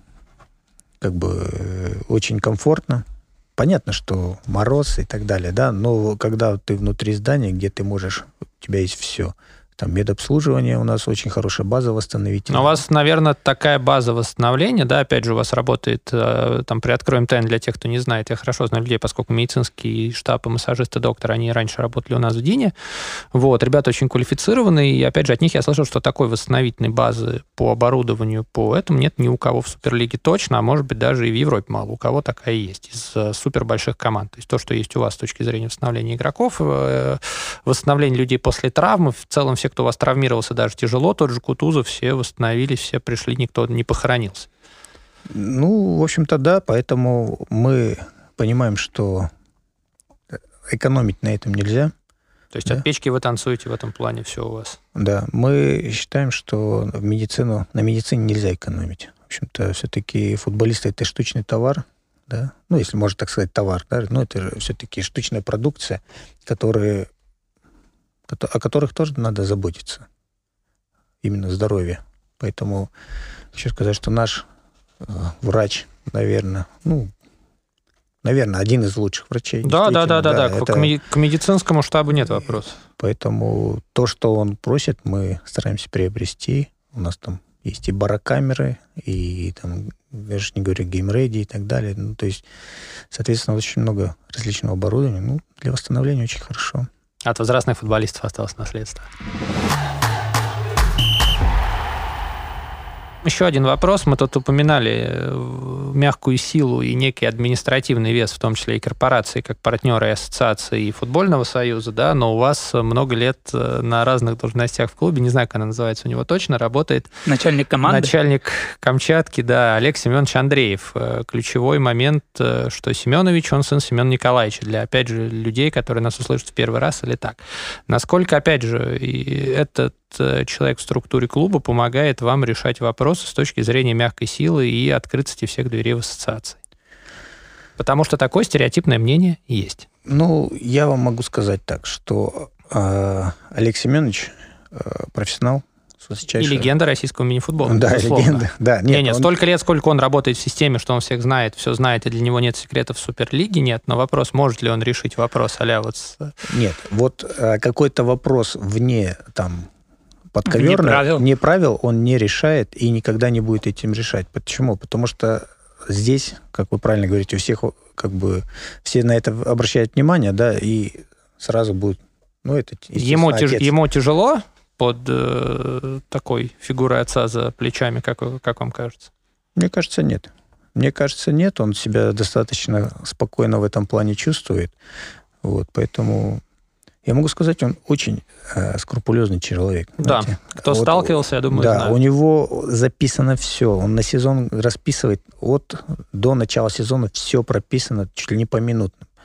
Speaker 3: как бы очень комфортно. Понятно, что мороз и так далее, да, но когда ты внутри здания, где ты можешь, у тебя есть все. Там медобслуживание у нас очень хорошая база восстановительная.
Speaker 1: Но у вас, наверное, такая база восстановления, да, опять же, у вас работает, там, приоткроем тайну для тех, кто не знает, я хорошо знаю людей, поскольку медицинский штаб и массажисты, доктор, они раньше работали у нас в ДИНе. Вот, ребята очень квалифицированные, и, опять же, от них я слышал, что такой восстановительной базы по оборудованию, по этому нет ни у кого в Суперлиге точно, а может быть, даже и в Европе мало. У кого такая есть из супер больших команд. То есть то, что есть у вас с точки зрения восстановления игроков, восстановления людей после травмы, в целом все, кто у вас травмировался даже тяжело, тот же Кутузов, все восстановились, все пришли, никто не похоронился.
Speaker 3: Ну, в общем-то, да, поэтому мы понимаем, что экономить на этом нельзя.
Speaker 1: То есть
Speaker 3: да?
Speaker 1: от печки вы танцуете в этом плане, все у вас.
Speaker 3: Да, мы считаем, что в медицину, на медицине нельзя экономить. В общем-то, все-таки футболисты – это штучный товар, да, ну, если можно так сказать, товар, да, но это же все-таки штучная продукция, которая... о которых тоже надо заботиться. Именно здоровье. Поэтому хочу сказать, что наш э, врач, наверное, ну, наверное, один из лучших врачей.
Speaker 1: Да, да, да, да, да.
Speaker 3: Это...
Speaker 1: К, меди- к медицинскому штабу нет вопросов.
Speaker 3: Поэтому то, что он просит, мы стараемся приобрести. У нас там есть и барокамеры, и там, я же не говорю, геймреди и так далее. Ну, то есть, соответственно, очень много различного оборудования. Ну, для восстановления очень хорошо.
Speaker 1: От возрастных футболистов осталось наследство. Еще один вопрос. Мы тут упоминали мягкую силу и некий административный вес, в том числе и корпорации, как партнеры и ассоциации и футбольного союза, да, но у вас много лет на разных должностях в клубе, не знаю, как она называется у него точно, работает...
Speaker 2: Начальник команды?
Speaker 1: Начальник Камчатки, да, Олег Семенович Андреев. Ключевой момент, что Семенович, он сын Семена Николаевича, для, опять же, людей, которые нас услышат в первый раз или так. Насколько, опять же, этот человек в структуре клуба помогает вам решать вопросы с точки зрения мягкой силы и открытости всех дверей в ассоциации? Потому что такое стереотипное мнение есть.
Speaker 3: Ну, я вам могу сказать так, что э, Олег Семенович э, профессионал.
Speaker 1: И легенда российского мини-футбола.
Speaker 3: Да,
Speaker 1: безусловно.
Speaker 3: легенда. Да, нет,
Speaker 1: нет, нет,
Speaker 3: он...
Speaker 1: столько лет, сколько он работает в системе, что он всех знает, все знает, и для него нет секретов в Суперлиге, нет. Но вопрос, может ли он решить вопрос, а-ля вот... С...
Speaker 3: Нет, вот э, какой-то вопрос вне там подковерный,
Speaker 2: не правил.
Speaker 3: не правил, он не решает и никогда не будет этим решать. Почему? Потому что здесь, как вы правильно говорите, у всех как бы все на это обращают внимание, да, и сразу будет, ну, это,
Speaker 1: ему, тяж, ему тяжело под э, такой фигурой отца за плечами, как, как вам кажется?
Speaker 3: Мне кажется, нет. Мне кажется, нет. Он себя достаточно спокойно в этом плане чувствует. Вот, поэтому... Я могу сказать, он очень э, скрупулезный человек.
Speaker 1: Да, знаете. Кто вот, сталкивался, я думаю,
Speaker 3: да,
Speaker 1: знает.
Speaker 3: У него записано все. Он на сезон расписывает от до начала сезона, все прописано чуть ли не поминутно.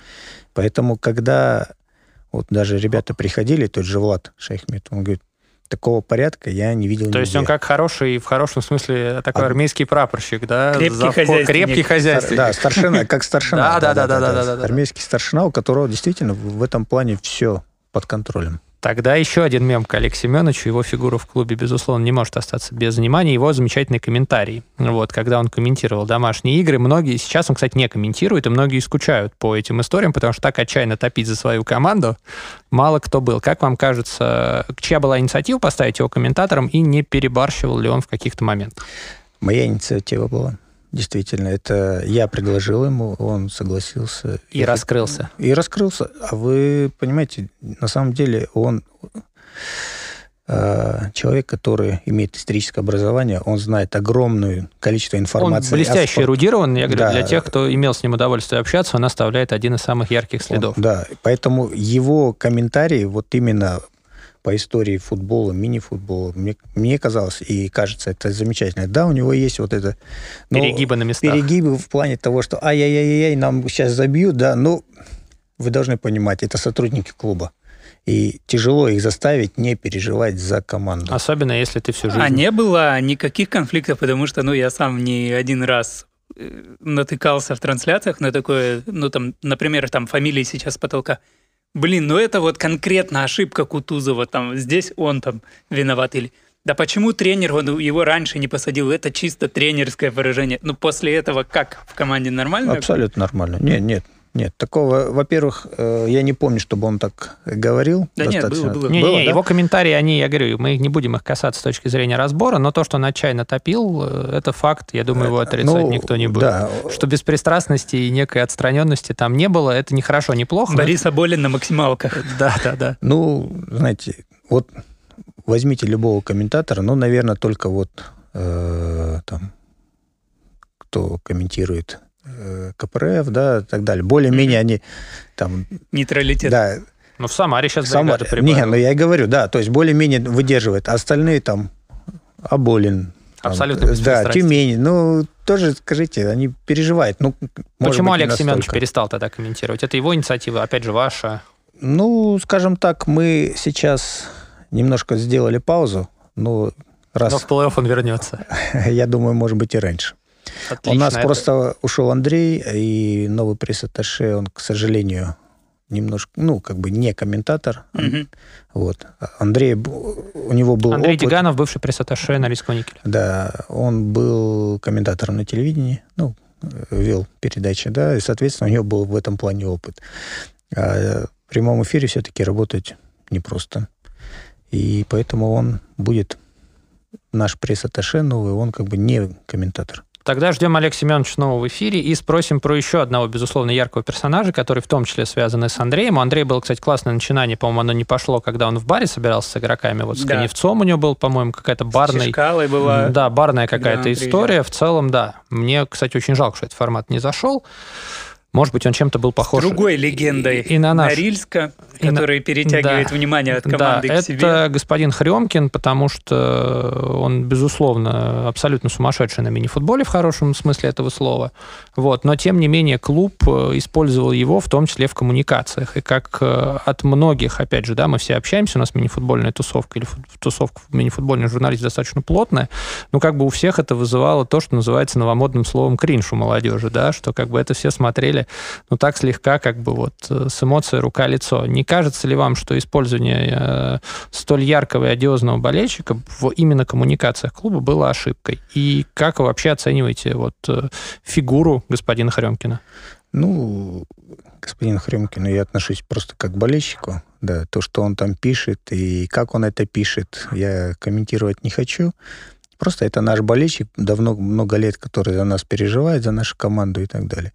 Speaker 3: Поэтому, когда вот даже ребята приходили, тот же Влад Шайхмет, он говорит, такого порядка я не видел
Speaker 1: То
Speaker 3: нигде.
Speaker 1: есть он как хороший, в хорошем смысле, такой а... армейский прапорщик, да?
Speaker 2: Крепкий
Speaker 1: Завхоз,
Speaker 2: хозяйственник.
Speaker 1: Крепкий хозяйственник.
Speaker 3: Да, старшина, как старшина.
Speaker 1: Да, да, да, да.
Speaker 3: Армейский старшина, у которого действительно в этом плане все под контролем.
Speaker 1: Тогда еще один мем к Олегу Семеновичу. Его фигура в клубе, безусловно, не может остаться без внимания. Его замечательный комментарий. Вот, когда он комментировал домашние игры, многие... Сейчас он, кстати, не комментирует, и многие скучают по этим историям, потому что так отчаянно топить за свою команду мало кто был. Как вам кажется, чья была инициатива поставить его комментатором, и не перебарщивал ли он в каких-то моментах?
Speaker 3: Моя инициатива была. Действительно, это я предложил ему, он согласился.
Speaker 1: И я раскрылся.
Speaker 3: И раскрылся. А вы понимаете, на самом деле он э, человек, который имеет историческое образование, он знает огромное количество информации.
Speaker 1: Он блестяще эрудирован, я говорю,
Speaker 3: да.
Speaker 1: Для тех, кто имел с ним удовольствие общаться, он оставляет один из самых ярких следов.
Speaker 3: Он, да, поэтому его комментарии вот именно по истории футбола, мини-футбола, мне, мне казалось, и кажется, это замечательно. Да, у него есть вот это... Но
Speaker 1: перегибы на местах.
Speaker 3: Перегибы в плане того, что ай-яй-яй-яй, нам сейчас забьют, да, но вы должны понимать, это сотрудники клуба. И тяжело их заставить не переживать за команду.
Speaker 1: Особенно, если ты всю жизнь...
Speaker 2: А не было никаких конфликтов, потому что, ну, я сам не один раз натыкался в трансляциях на такое, ну, там, например, там, фамилии сейчас с потолка. Блин, ну это вот конкретно ошибка Кутузова, там, здесь он там виноват. Или, да почему тренер он его раньше не посадил? Это чисто тренерское выражение. Ну, после этого как? В команде нормально?
Speaker 3: Абсолютно нормально. Нет, нет. Нет, такого, во-первых, я не помню, чтобы он так говорил.
Speaker 2: Да нет, было, было.
Speaker 1: Не,
Speaker 2: было
Speaker 1: не,
Speaker 2: да?
Speaker 1: Его комментарии, они, я говорю, мы не будем их касаться с точки зрения разбора, но то, что он отчаянно топил, это факт, я думаю, его отрицать ну, никто не будет. Да. Что беспристрастности и некой отстраненности там не было, это не хорошо, не плохо.
Speaker 2: Борис Аболин на максималках.
Speaker 1: Да, да, да.
Speaker 3: Ну, знаете, вот возьмите любого комментатора, ну, наверное, только вот э, там, кто комментирует КПРФ, да, и так далее. Более-менее mm-hmm. они там...
Speaker 2: Нейтралитет.
Speaker 3: Да.
Speaker 1: Ну, в Самаре сейчас
Speaker 3: Сама... Не, ну я и говорю, да, то есть более-менее выдерживает. А остальные там Аболин.
Speaker 1: Абсолютно
Speaker 3: там, да, Тюмень. Ну, тоже, скажите, они переживают. Ну,
Speaker 1: почему Олег Семенович перестал тогда комментировать? Это его инициатива, опять же, ваша?
Speaker 3: Ну, скажем так, мы сейчас немножко сделали паузу, но раз...
Speaker 1: Но в плей-офф он вернется.
Speaker 3: Я думаю, может быть, и раньше. Отлично. У нас это... просто ушел Андрей, и новый пресс-атташе, он, к сожалению, немножко, ну, как бы не комментатор.
Speaker 2: Mm-hmm.
Speaker 3: Вот. Андрей, у него был
Speaker 1: Андрей
Speaker 3: опыт.
Speaker 1: Деганов, бывший пресс-атташе Норильского никеля.
Speaker 3: Да, он был комментатором на телевидении, ну, вел передачи, да, и, соответственно, у него был в этом плане опыт. А в прямом эфире все-таки работать непросто. И поэтому он будет наш пресс-атташе новый, он как бы не комментатор.
Speaker 1: Тогда ждем Олега Семеновича снова в эфире и спросим про еще одного, безусловно, яркого персонажа, который в том числе связан с Андреем. У Андрея было, кстати, классное начинание, по-моему, оно не пошло, когда он в баре собирался с игроками. Вот с да. Коневцом у него был, по-моему, какая-то барная... С
Speaker 2: Чешкалой была.
Speaker 1: Да, барная какая-то да, история.
Speaker 2: Приезжал.
Speaker 1: В целом, да. Мне, кстати, очень жалко, что этот формат не зашел. Может быть, он чем-то был похож...
Speaker 2: Другой легендой и, и на наш... Норильска, который и на... перетягивает да. внимание от команды
Speaker 1: да,
Speaker 2: к себе.
Speaker 1: Это господин Хрёмкин, потому что он, безусловно, абсолютно сумасшедший на мини-футболе в хорошем смысле этого слова. Вот. Но, тем не менее, клуб использовал его, в том числе в коммуникациях. И как от многих, опять же, да, мы все общаемся, у нас мини-футбольная тусовка, или тусовка мини-футбольных журналистов достаточно плотная, но как бы у всех это вызывало то, что называется новомодным словом кринж у молодежи, да, что как бы это все смотрели ну, так слегка, как бы вот с эмоцией рука-лицо. Не кажется ли вам, что использование э, столь яркого и одиозного болельщика в именно коммуникациях клуба было ошибкой? И как вы вообще оцениваете вот э, фигуру господина Хрёмкина?
Speaker 3: Ну, господин Хрёмкин, я отношусь просто как к болельщику. Да, то, что он там пишет и как он это пишет, я комментировать не хочу. Просто это наш болельщик, давно, много лет, который за нас переживает, за нашу команду и так далее.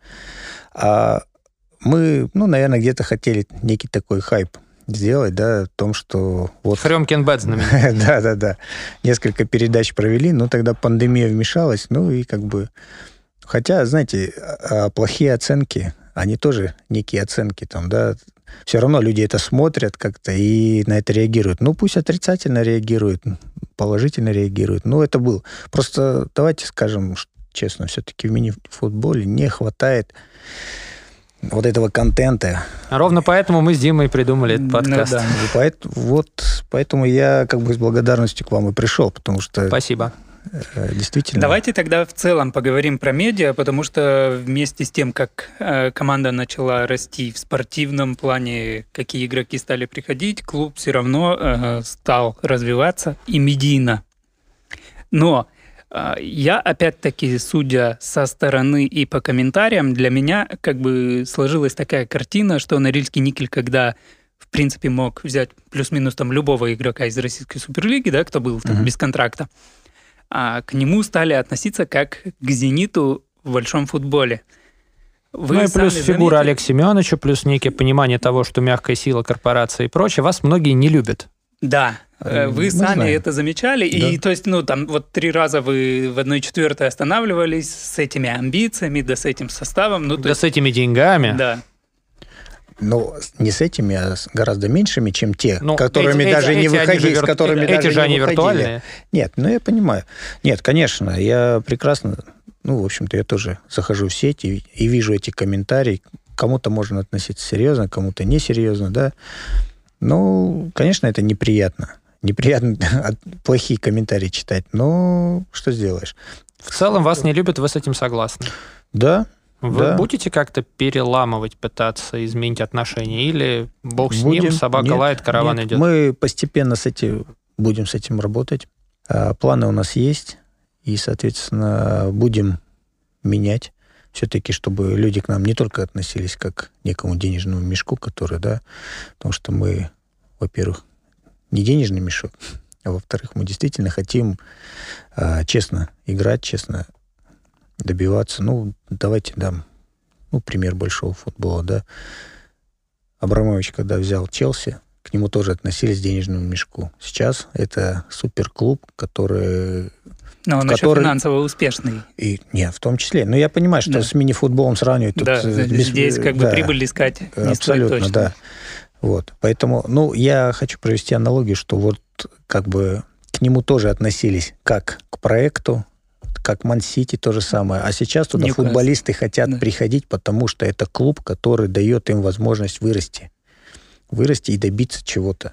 Speaker 3: А мы, ну, наверное, где-то хотели некий такой хайп сделать, да, о том, что... Вот...
Speaker 1: Хрёмкин бэт знаменитый.
Speaker 3: Да-да-да. Несколько передач провели, но тогда пандемия вмешалась, ну и как бы... Хотя, знаете, плохие оценки, они тоже некие оценки там, да, все равно люди это смотрят как-то и на это реагируют. Ну, пусть отрицательно реагируют, положительно реагируют. Ну, это было. Просто давайте скажем честно, все-таки в мини-футболе не хватает вот этого контента.
Speaker 1: Ровно поэтому мы с Димой придумали этот подкаст.
Speaker 2: Ну, да.
Speaker 3: И поэтому, вот, поэтому я как бы с благодарностью к вам и пришел, потому что...
Speaker 1: Спасибо.
Speaker 3: Действительно.
Speaker 2: Давайте тогда в целом поговорим про медиа, потому что вместе с тем, как э, команда начала расти в спортивном плане, какие игроки стали приходить, клуб все равно э, стал развиваться и медийно. Но э, я, опять-таки, судя со стороны и по комментариям, для меня как бы сложилась такая картина, что Норильский никель, когда в принципе мог взять плюс-минус там любого игрока из российской суперлиги, да, кто был там, uh-huh. без контракта, а к нему стали относиться как к «Зениту» в большом футболе. Вы
Speaker 1: ну и плюс фигура
Speaker 2: заметили...
Speaker 1: Олега Семеновича, плюс некое понимание того, что мягкая сила корпорации и прочее, вас многие не любят.
Speaker 2: Да, вы Мы сами знаем. Это замечали. Да. И то есть, ну, там вот три раза вы в одной четвертой останавливались с этими амбициями, да с этим составом. Ну,
Speaker 1: да
Speaker 2: есть...
Speaker 1: с этими деньгами.
Speaker 2: Да.
Speaker 3: Ну, не с этими, а с гораздо меньшими, чем те, ну, которыми
Speaker 1: эти,
Speaker 3: даже
Speaker 1: эти,
Speaker 3: не
Speaker 1: эти
Speaker 3: выходили,
Speaker 1: вир...
Speaker 3: с которыми
Speaker 1: эти
Speaker 3: даже
Speaker 1: же
Speaker 3: не
Speaker 1: они
Speaker 3: выходили.
Speaker 1: Виртуальные?
Speaker 3: Нет, ну я понимаю. Нет, конечно, я прекрасно, ну, в общем-то, я тоже захожу в сеть и, и вижу эти комментарии. Кому-то можно относиться серьезно, кому-то несерьезно, да. Ну, конечно, это неприятно. Неприятно плохие комментарии читать, но что сделаешь?
Speaker 1: В целом вас не любят, вы с этим согласны?
Speaker 3: Да.
Speaker 1: Вы
Speaker 3: да.
Speaker 1: будете как-то переламывать, пытаться изменить отношения? Или бог с
Speaker 3: будем.
Speaker 1: ним, собака
Speaker 3: нет,
Speaker 1: лает, караван
Speaker 3: нет.
Speaker 1: идет?
Speaker 3: Мы постепенно с этим, будем с этим работать. Планы у нас есть. И, соответственно, будем менять. Все-таки, чтобы люди к нам не только относились как к некому денежному мешку, который, да, потому что мы, во-первых, не денежный мешок, а во-вторых, мы действительно хотим честно играть, честно добиваться. Ну, давайте дам ну, пример большого футбола, да. Абрамович, когда взял Челси, к нему тоже относились к денежному мешку. Сейчас это суперклуб, который...
Speaker 2: Но он
Speaker 3: который...
Speaker 2: еще финансово успешный.
Speaker 3: И, нет, в том числе. Но я понимаю, что да. с мини-футболом сравнивать...
Speaker 2: Да, тут здесь без... как бы да, прибыль искать не
Speaker 3: абсолютно,
Speaker 2: точно.
Speaker 3: Да. Вот. Поэтому, ну, я хочу провести аналогию, что вот как бы к нему тоже относились как к проекту, как Ман-Сити, то же самое. А сейчас туда Ньюкасл. Футболисты хотят да. приходить, потому что это клуб, который дает им возможность вырасти. Вырасти и добиться чего-то.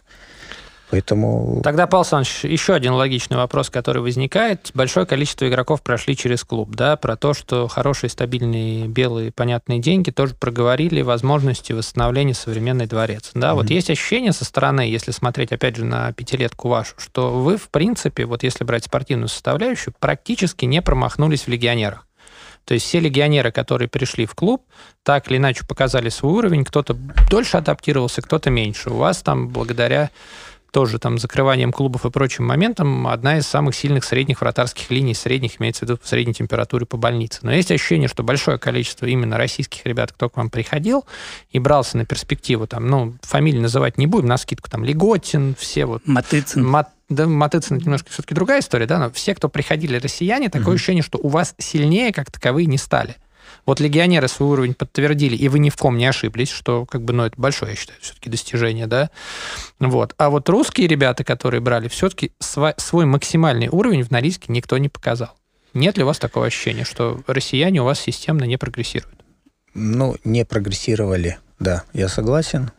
Speaker 3: Поэтому...
Speaker 1: Тогда, Павел Александрович, еще один логичный вопрос, который возникает. Большое количество игроков прошли через клуб, да, про то, что хорошие, стабильные, белые, понятные деньги тоже проговорили возможности восстановления современный дворец. Да, mm-hmm. вот есть ощущение со стороны, если смотреть, опять же, на пятилетку вашу, что вы, в принципе, вот если брать спортивную составляющую, практически не промахнулись в легионерах. То есть все легионеры, которые пришли в клуб, так или иначе показали свой уровень, кто-то дольше адаптировался, кто-то меньше. У вас там, благодаря тоже там закрыванием клубов и прочим моментам, одна из самых сильных средних вратарских линий, средних, имеется в виду в средней температуре по больнице. Но есть ощущение, что большое количество именно российских ребят, кто к вам приходил и брался на перспективу, там, ну, фамилии называть не будем, на скидку, там, Леготин, все вот...
Speaker 2: Матыцин.
Speaker 1: Мат, да, Матыцин немножко все-таки другая история, да, но все, кто приходили россияне, такое mm-hmm. ощущение, что у вас сильнее, как таковые, не стали. Вот легионеры свой уровень подтвердили, и вы ни в ком не ошиблись, что, как бы, ну, это большое, я считаю, все-таки достижение, да. Вот. А вот русские ребята, которые брали, все-таки свой, свой максимальный уровень в Норильске никто не показал. Нет ли у вас такого ощущения, что россияне у вас системно не прогрессируют?
Speaker 3: Ну, не прогрессировали, да, я согласен,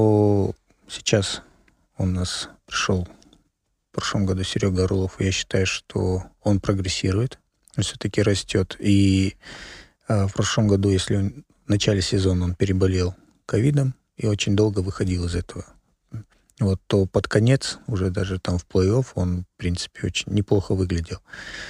Speaker 3: но сейчас у нас пришел в прошлом году Серега Орлов, и я считаю, что он прогрессирует, он все-таки растет, и в прошлом году, если он, в начале сезона он переболел ковидом и очень долго выходил из этого, вот, то под конец, уже даже там в плей-офф, он, в принципе, очень неплохо выглядел.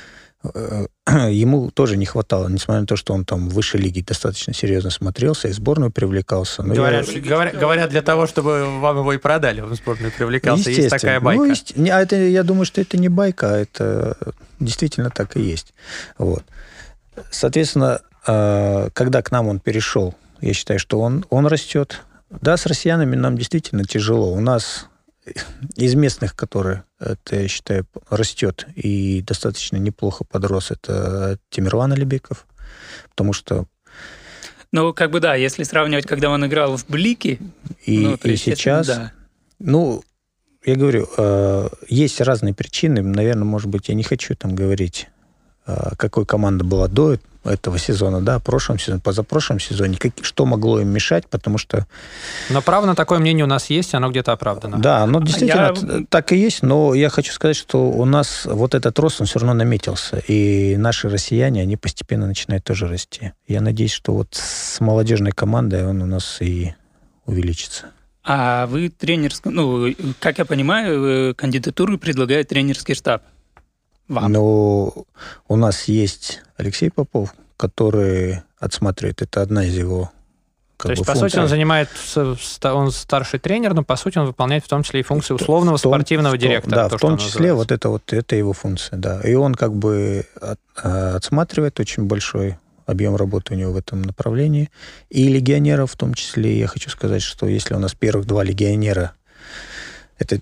Speaker 3: Ему тоже не хватало, несмотря на то, что он там в высшей лиге достаточно серьезно смотрелся, и в сборную привлекался. Но
Speaker 1: говорят,
Speaker 3: я...
Speaker 1: говорят, говорят, для того, чтобы вам его и продали, он в сборную привлекался. Есть такая байка.
Speaker 3: Ну, есть... а это, я думаю, что это не байка, а это действительно так и есть. Вот. Соответственно, когда к нам он перешел, я считаю, что он, он растет. Да, с россиянами нам действительно тяжело. У нас из местных, которые, это, я считаю, растет и достаточно неплохо подрос, это Тимирлан Алибеков, потому что...
Speaker 2: Ну, как бы да, если сравнивать, когда он играл в Блике...
Speaker 3: И,
Speaker 2: ну,
Speaker 3: и сейчас... Да. Ну, я говорю, есть разные причины. Наверное, может быть, я не хочу там говорить, какой команда была до этого сезона, да, в прошлом сезоне, позапрошлом сезоне, как, что могло им мешать, потому что...
Speaker 1: Но право на такое мнение у нас есть, оно где-то оправдано.
Speaker 3: Да, оно действительно
Speaker 2: Я...
Speaker 3: так и есть, но я хочу сказать, что у нас вот этот рост, он все равно наметился, и наши россияне, они постепенно начинают тоже расти. Я надеюсь, что вот с молодежной командой он у нас и увеличится.
Speaker 2: А вы тренерский... Ну, как я понимаю, кандидатуру предлагает тренерский штаб. Вам.
Speaker 3: Но у нас есть Алексей Попов, который отсматривает. Это одна из его как
Speaker 1: То
Speaker 3: бы,
Speaker 1: есть, по
Speaker 3: функций.
Speaker 1: сути, он занимает, он старший тренер, но, по сути, он выполняет в том числе и функции условного
Speaker 3: в том,
Speaker 1: спортивного
Speaker 3: в том,
Speaker 1: директора.
Speaker 3: Да,
Speaker 1: то,
Speaker 3: в том числе вот это вот это его функция, да. И он как бы от, отсматривает очень большой объем работы у него в этом направлении. И легионеров в том числе. Я хочу сказать, что если у нас первых два легионера, это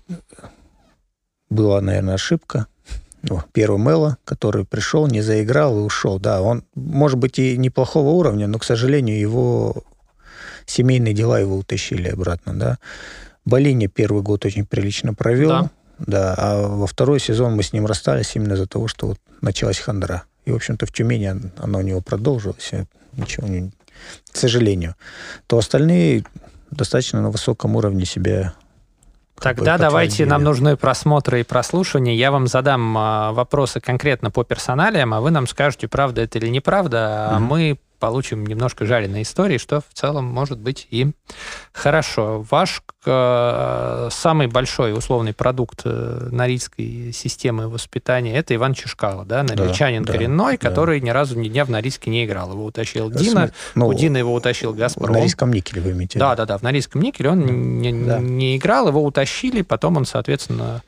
Speaker 3: была, наверное, ошибка. Первый Мэлло, который пришел, не заиграл и ушел. Да, он, может быть, и неплохого уровня, но, к сожалению, его семейные дела его утащили обратно, да. Болинья первый год очень прилично провел, да. да, а во второй сезон мы с ним расстались именно из-за того, что вот началась хандра. И, в общем-то, в Тюмени она у него продолжилась, ничего не... К сожалению. То остальные достаточно на высоком уровне себя...
Speaker 1: Тогда давайте, нам нужны просмотры и прослушивания. Я вам задам а, вопросы конкретно по персоналиям, а вы нам скажете, правда это или неправда, mm-hmm. а мы получим немножко жареной истории, что в целом может быть и хорошо. Ваш э, самый большой условный продукт э, норильской системы воспитания – это Иван Чешкало, да, норильчанин да, коренной, да, который да. ни разу ни дня в Норильске не играл. Его утащил Дина, ну, у Дина его утащил «Газпром».
Speaker 3: В Норильском никеле вы имеете в виду?
Speaker 1: Да, да, да, в Норильском никеле он не, да. не играл, его утащили, потом он, соответственно,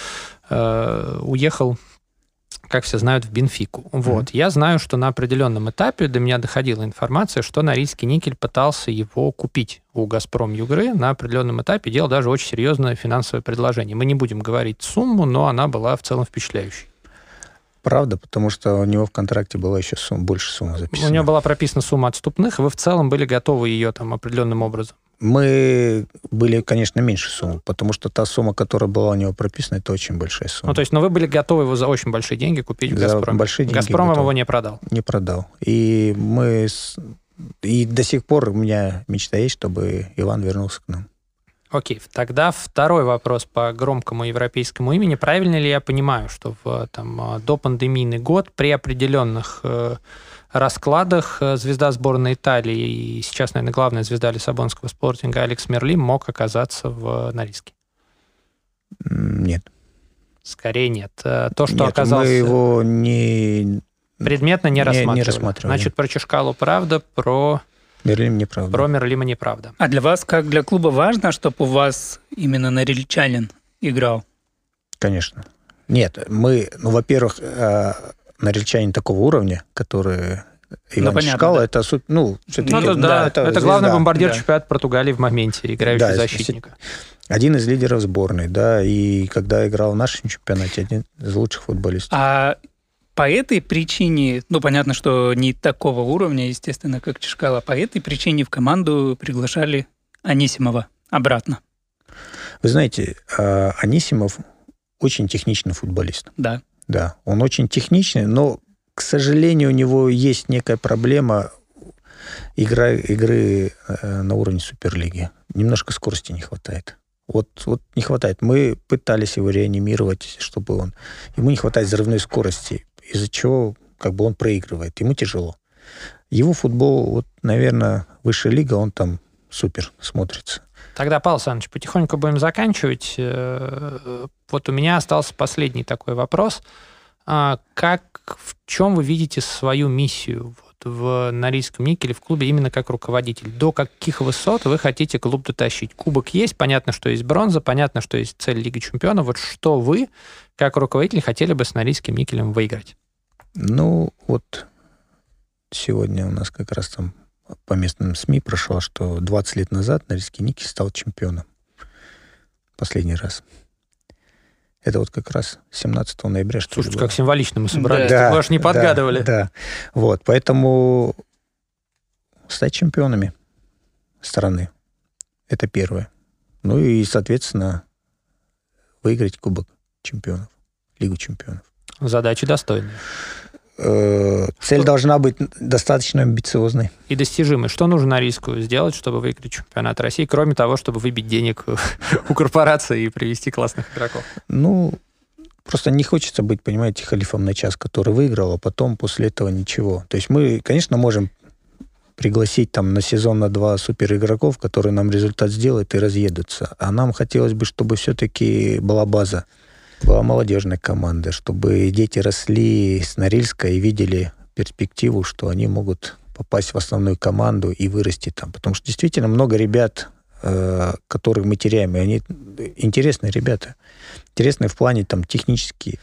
Speaker 1: э, уехал, как все знают, в Бенфику. Вот. Mm-hmm. Я знаю, что на определенном этапе до меня доходила информация, что Норильский никель пытался его купить у «Газпром Югры». На определенном этапе делал даже очень серьезное финансовое предложение. Мы не будем говорить сумму, но она была в целом впечатляющей.
Speaker 3: Правда, потому что у него в контракте была еще сумма, больше суммы записана.
Speaker 1: У него была прописана сумма отступных, и вы в целом были готовы ее там определенным образом?
Speaker 3: Мы были, конечно, меньше суммы, потому что та сумма, которая была у него прописана, это очень большая сумма.
Speaker 1: Ну, то есть, но вы были готовы его за очень большие деньги купить в «Газпроме»?
Speaker 3: Большие деньги.
Speaker 1: «Газпром» вам его не продал?
Speaker 3: Не продал. И мы... И до сих пор у меня мечта есть, чтобы Иван вернулся к нам.
Speaker 1: Окей, тогда второй вопрос по громкому европейскому имени. Правильно ли я понимаю, что в там, допандемийный год при определенных э, раскладах звезда сборной Италии и сейчас, наверное, главная звезда лиссабонского спортинга Алекс Мерли мог оказаться в Норильске?
Speaker 3: Нет.
Speaker 1: Скорее нет. То, что
Speaker 3: нет,
Speaker 1: оказался...
Speaker 3: мы его не...
Speaker 1: Предметно не, не рассматривали.
Speaker 3: Не рассматривали.
Speaker 1: Значит, про Чешкалу правда, про...
Speaker 3: Мерлим неправда.
Speaker 1: Про Мерлима неправда.
Speaker 2: А для вас, как для клуба, важно, чтобы у вас именно норильчанин играл?
Speaker 3: Конечно. Нет, мы, ну, во-первых, норильчанин такого уровня, который Иван ну, Чешкало, да. это, ну,
Speaker 1: ну, это, да, это, это главный бомбардир да. чемпионата Португалии в моменте, играющий да, защитника.
Speaker 3: Один из лидеров сборной, да, и когда играл в нашем чемпионате, один из лучших футболистов.
Speaker 2: А по этой причине, ну, понятно, что не такого уровня, естественно, как Чешкало, по этой причине в команду приглашали Анисимова обратно.
Speaker 3: Вы знаете, Анисимов очень техничный футболист.
Speaker 2: Да.
Speaker 3: Да, он очень техничный, но, к сожалению, у него есть некая проблема игра, игры на уровне Суперлиги. Немножко скорости не хватает. Вот, вот не хватает. Мы пытались его реанимировать, чтобы он... Ему не хватает взрывной скорости, из-за чего как бы он проигрывает. Ему тяжело. Его футбол, вот, наверное, высшая лига, он там супер смотрится.
Speaker 1: Тогда, Павел Александрович, потихоньку будем заканчивать. Вот у меня остался последний такой вопрос. Как, в чем вы видите свою миссию вот, в Норильском никеле, в клубе, именно как руководитель? До каких высот вы хотите клуб дотащить? Кубок есть, понятно, что есть бронза, понятно, что есть цель Лиги Чемпионов. Вот что вы, как руководитель, хотели бы с Норильским никелем выиграть?
Speaker 3: Ну, вот сегодня у нас как раз там по местным СМИ прошло, что двадцать лет назад Норильский никель стал чемпионом. Последний раз. Это вот как раз семнадцатого ноября. Что
Speaker 1: Слушайте, как символично мы собрались.
Speaker 3: Да,
Speaker 1: вы аж не подгадывали.
Speaker 3: Да, да. Вот, поэтому стать чемпионами страны. Это первое. Ну и, соответственно, выиграть Кубок чемпионов, Лигу чемпионов.
Speaker 1: Задачи достойные.
Speaker 3: э, цель
Speaker 1: что?
Speaker 3: должна быть достаточно амбициозной.
Speaker 1: И достижимой. Что нужно Норильску сделать, чтобы выиграть чемпионат России, кроме того, чтобы выбить денег у корпорации и привести классных игроков?
Speaker 3: Ну, просто не хочется быть, понимаете, халифом на час, который выиграл, а потом после этого ничего. То есть мы, конечно, можем пригласить там на сезон, на два суперигроков, которые нам результат сделают и разъедутся. А нам хотелось бы, чтобы все-таки была база, была молодежная команда, чтобы дети росли с Норильска и видели перспективу, что они могут попасть в основную команду и вырасти там. Потому что действительно много ребят, э, которых мы теряем, и они интересные ребята. Интересные в плане там технические,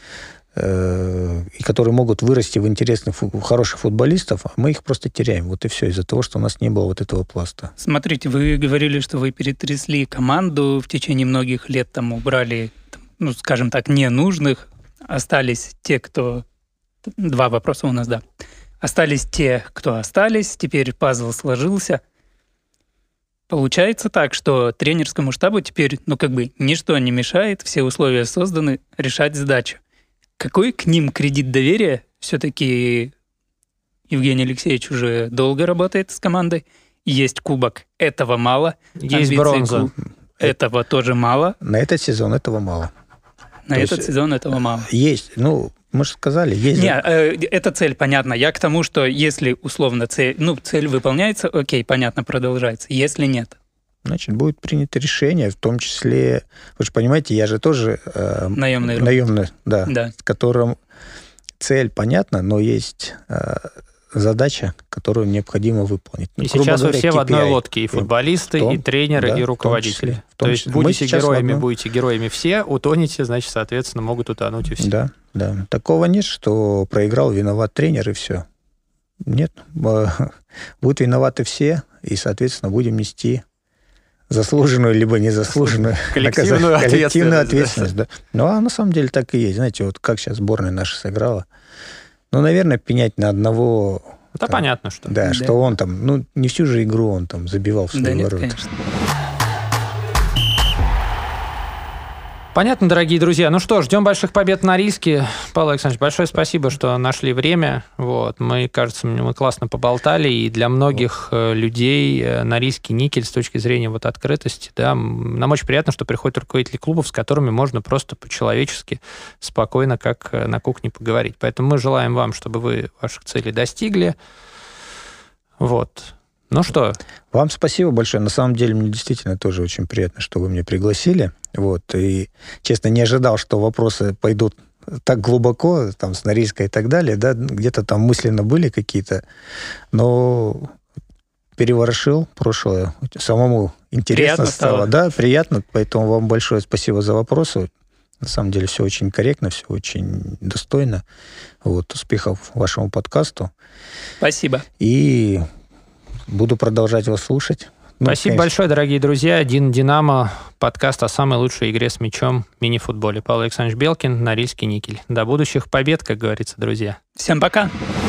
Speaker 3: э, и которые могут вырасти в интересных, в хороших футболистов, а мы их просто теряем. Вот и все, из-за того, что у нас не было вот этого пласта.
Speaker 2: Смотрите, вы говорили, что вы перетрясли команду в течение многих лет, там убрали, ну, скажем так, ненужных, остались те, кто... Два вопроса у нас, да. Остались те, кто остались, теперь пазл сложился. Получается так, что тренерскому штабу теперь, ну, как бы, ничто не мешает, все условия созданы, решать задачу. Какой к ним кредит доверия? Все-таки Евгений Алексеевич уже долго работает с командой. Есть кубок, этого мало.
Speaker 1: Есть бронза.
Speaker 2: Этого тоже мало.
Speaker 3: На этот сезон этого мало.
Speaker 2: На
Speaker 3: То
Speaker 2: этот
Speaker 3: есть
Speaker 2: сезон этого мало.
Speaker 3: Есть, ну, мы же сказали, есть...
Speaker 2: Не, э, эта цель, понятно. Я к тому, что если условно цель, ну, цель выполняется, окей, понятно, продолжается. Если нет.
Speaker 3: Значит, будет принято решение, в том числе... Вы же понимаете, я же тоже... Э,
Speaker 2: наемный
Speaker 3: наемный, да,
Speaker 2: да.
Speaker 3: С которым цель понятна, но есть э, задача, которую необходимо выполнить.
Speaker 1: И сейчас вы все в одной лодке, и футболисты,
Speaker 3: том,
Speaker 1: и тренеры,
Speaker 3: да,
Speaker 1: и руководители.
Speaker 3: В том числе, в том
Speaker 1: То есть
Speaker 3: числе.
Speaker 1: будете героями,
Speaker 3: одно... будете
Speaker 1: будете героями все, утонете, значит, соответственно, могут утонуть и все.
Speaker 3: Да, да. Такого нет, что проиграл, виноват тренер, и все. Нет. Будут виноваты все, и, соответственно, будем нести заслуженную либо незаслуженную
Speaker 1: коллективную ответственность.
Speaker 3: Коллективную ответственность, да. Ну, а на самом деле так и есть. Знаете, вот как сейчас сборная наша сыграла. Ну, наверное, пенять на одного...
Speaker 1: Это там, понятно, что.
Speaker 3: Да,
Speaker 2: да,
Speaker 3: что он там... Ну, не всю же игру он там забивал в свои
Speaker 2: да, нет,
Speaker 3: ворота.
Speaker 2: конечно.
Speaker 1: Понятно, дорогие друзья. Ну что, ждем больших побед в Норильске. Павел Александрович, большое спасибо, что нашли время. Вот. Мы, кажется, мы классно поболтали, и для многих людей Норильский никель с точки зрения вот открытости, да, нам очень приятно, что приходят руководители клубов, с которыми можно просто по-человечески спокойно, как на кухне, поговорить. Поэтому мы желаем вам, чтобы вы ваших целей достигли. Вот. Ну что?
Speaker 3: Вам спасибо большое. На самом деле, мне действительно тоже очень приятно, что вы меня пригласили. Вот. И, честно, не ожидал, что вопросы пойдут так глубоко, там, с Норильска и так далее. Да? Где-то там мысленно были какие-то, но переворошил прошлое. Самому интересно
Speaker 2: приятно
Speaker 3: стало.
Speaker 2: стало.
Speaker 3: Да, приятно. Поэтому вам большое спасибо за вопросы. На самом деле, все очень корректно, все очень достойно. Вот. Успехов вашему подкасту.
Speaker 2: Спасибо.
Speaker 3: И... буду продолжать вас слушать. Ну,
Speaker 1: Спасибо
Speaker 3: конечно.
Speaker 1: большое, дорогие друзья. Дин Динамо, подкаст о самой лучшей игре с мячом, мини-футболе. Павел Александрович Белкин, Норильский никель. До будущих побед, как говорится, друзья.
Speaker 2: Всем пока.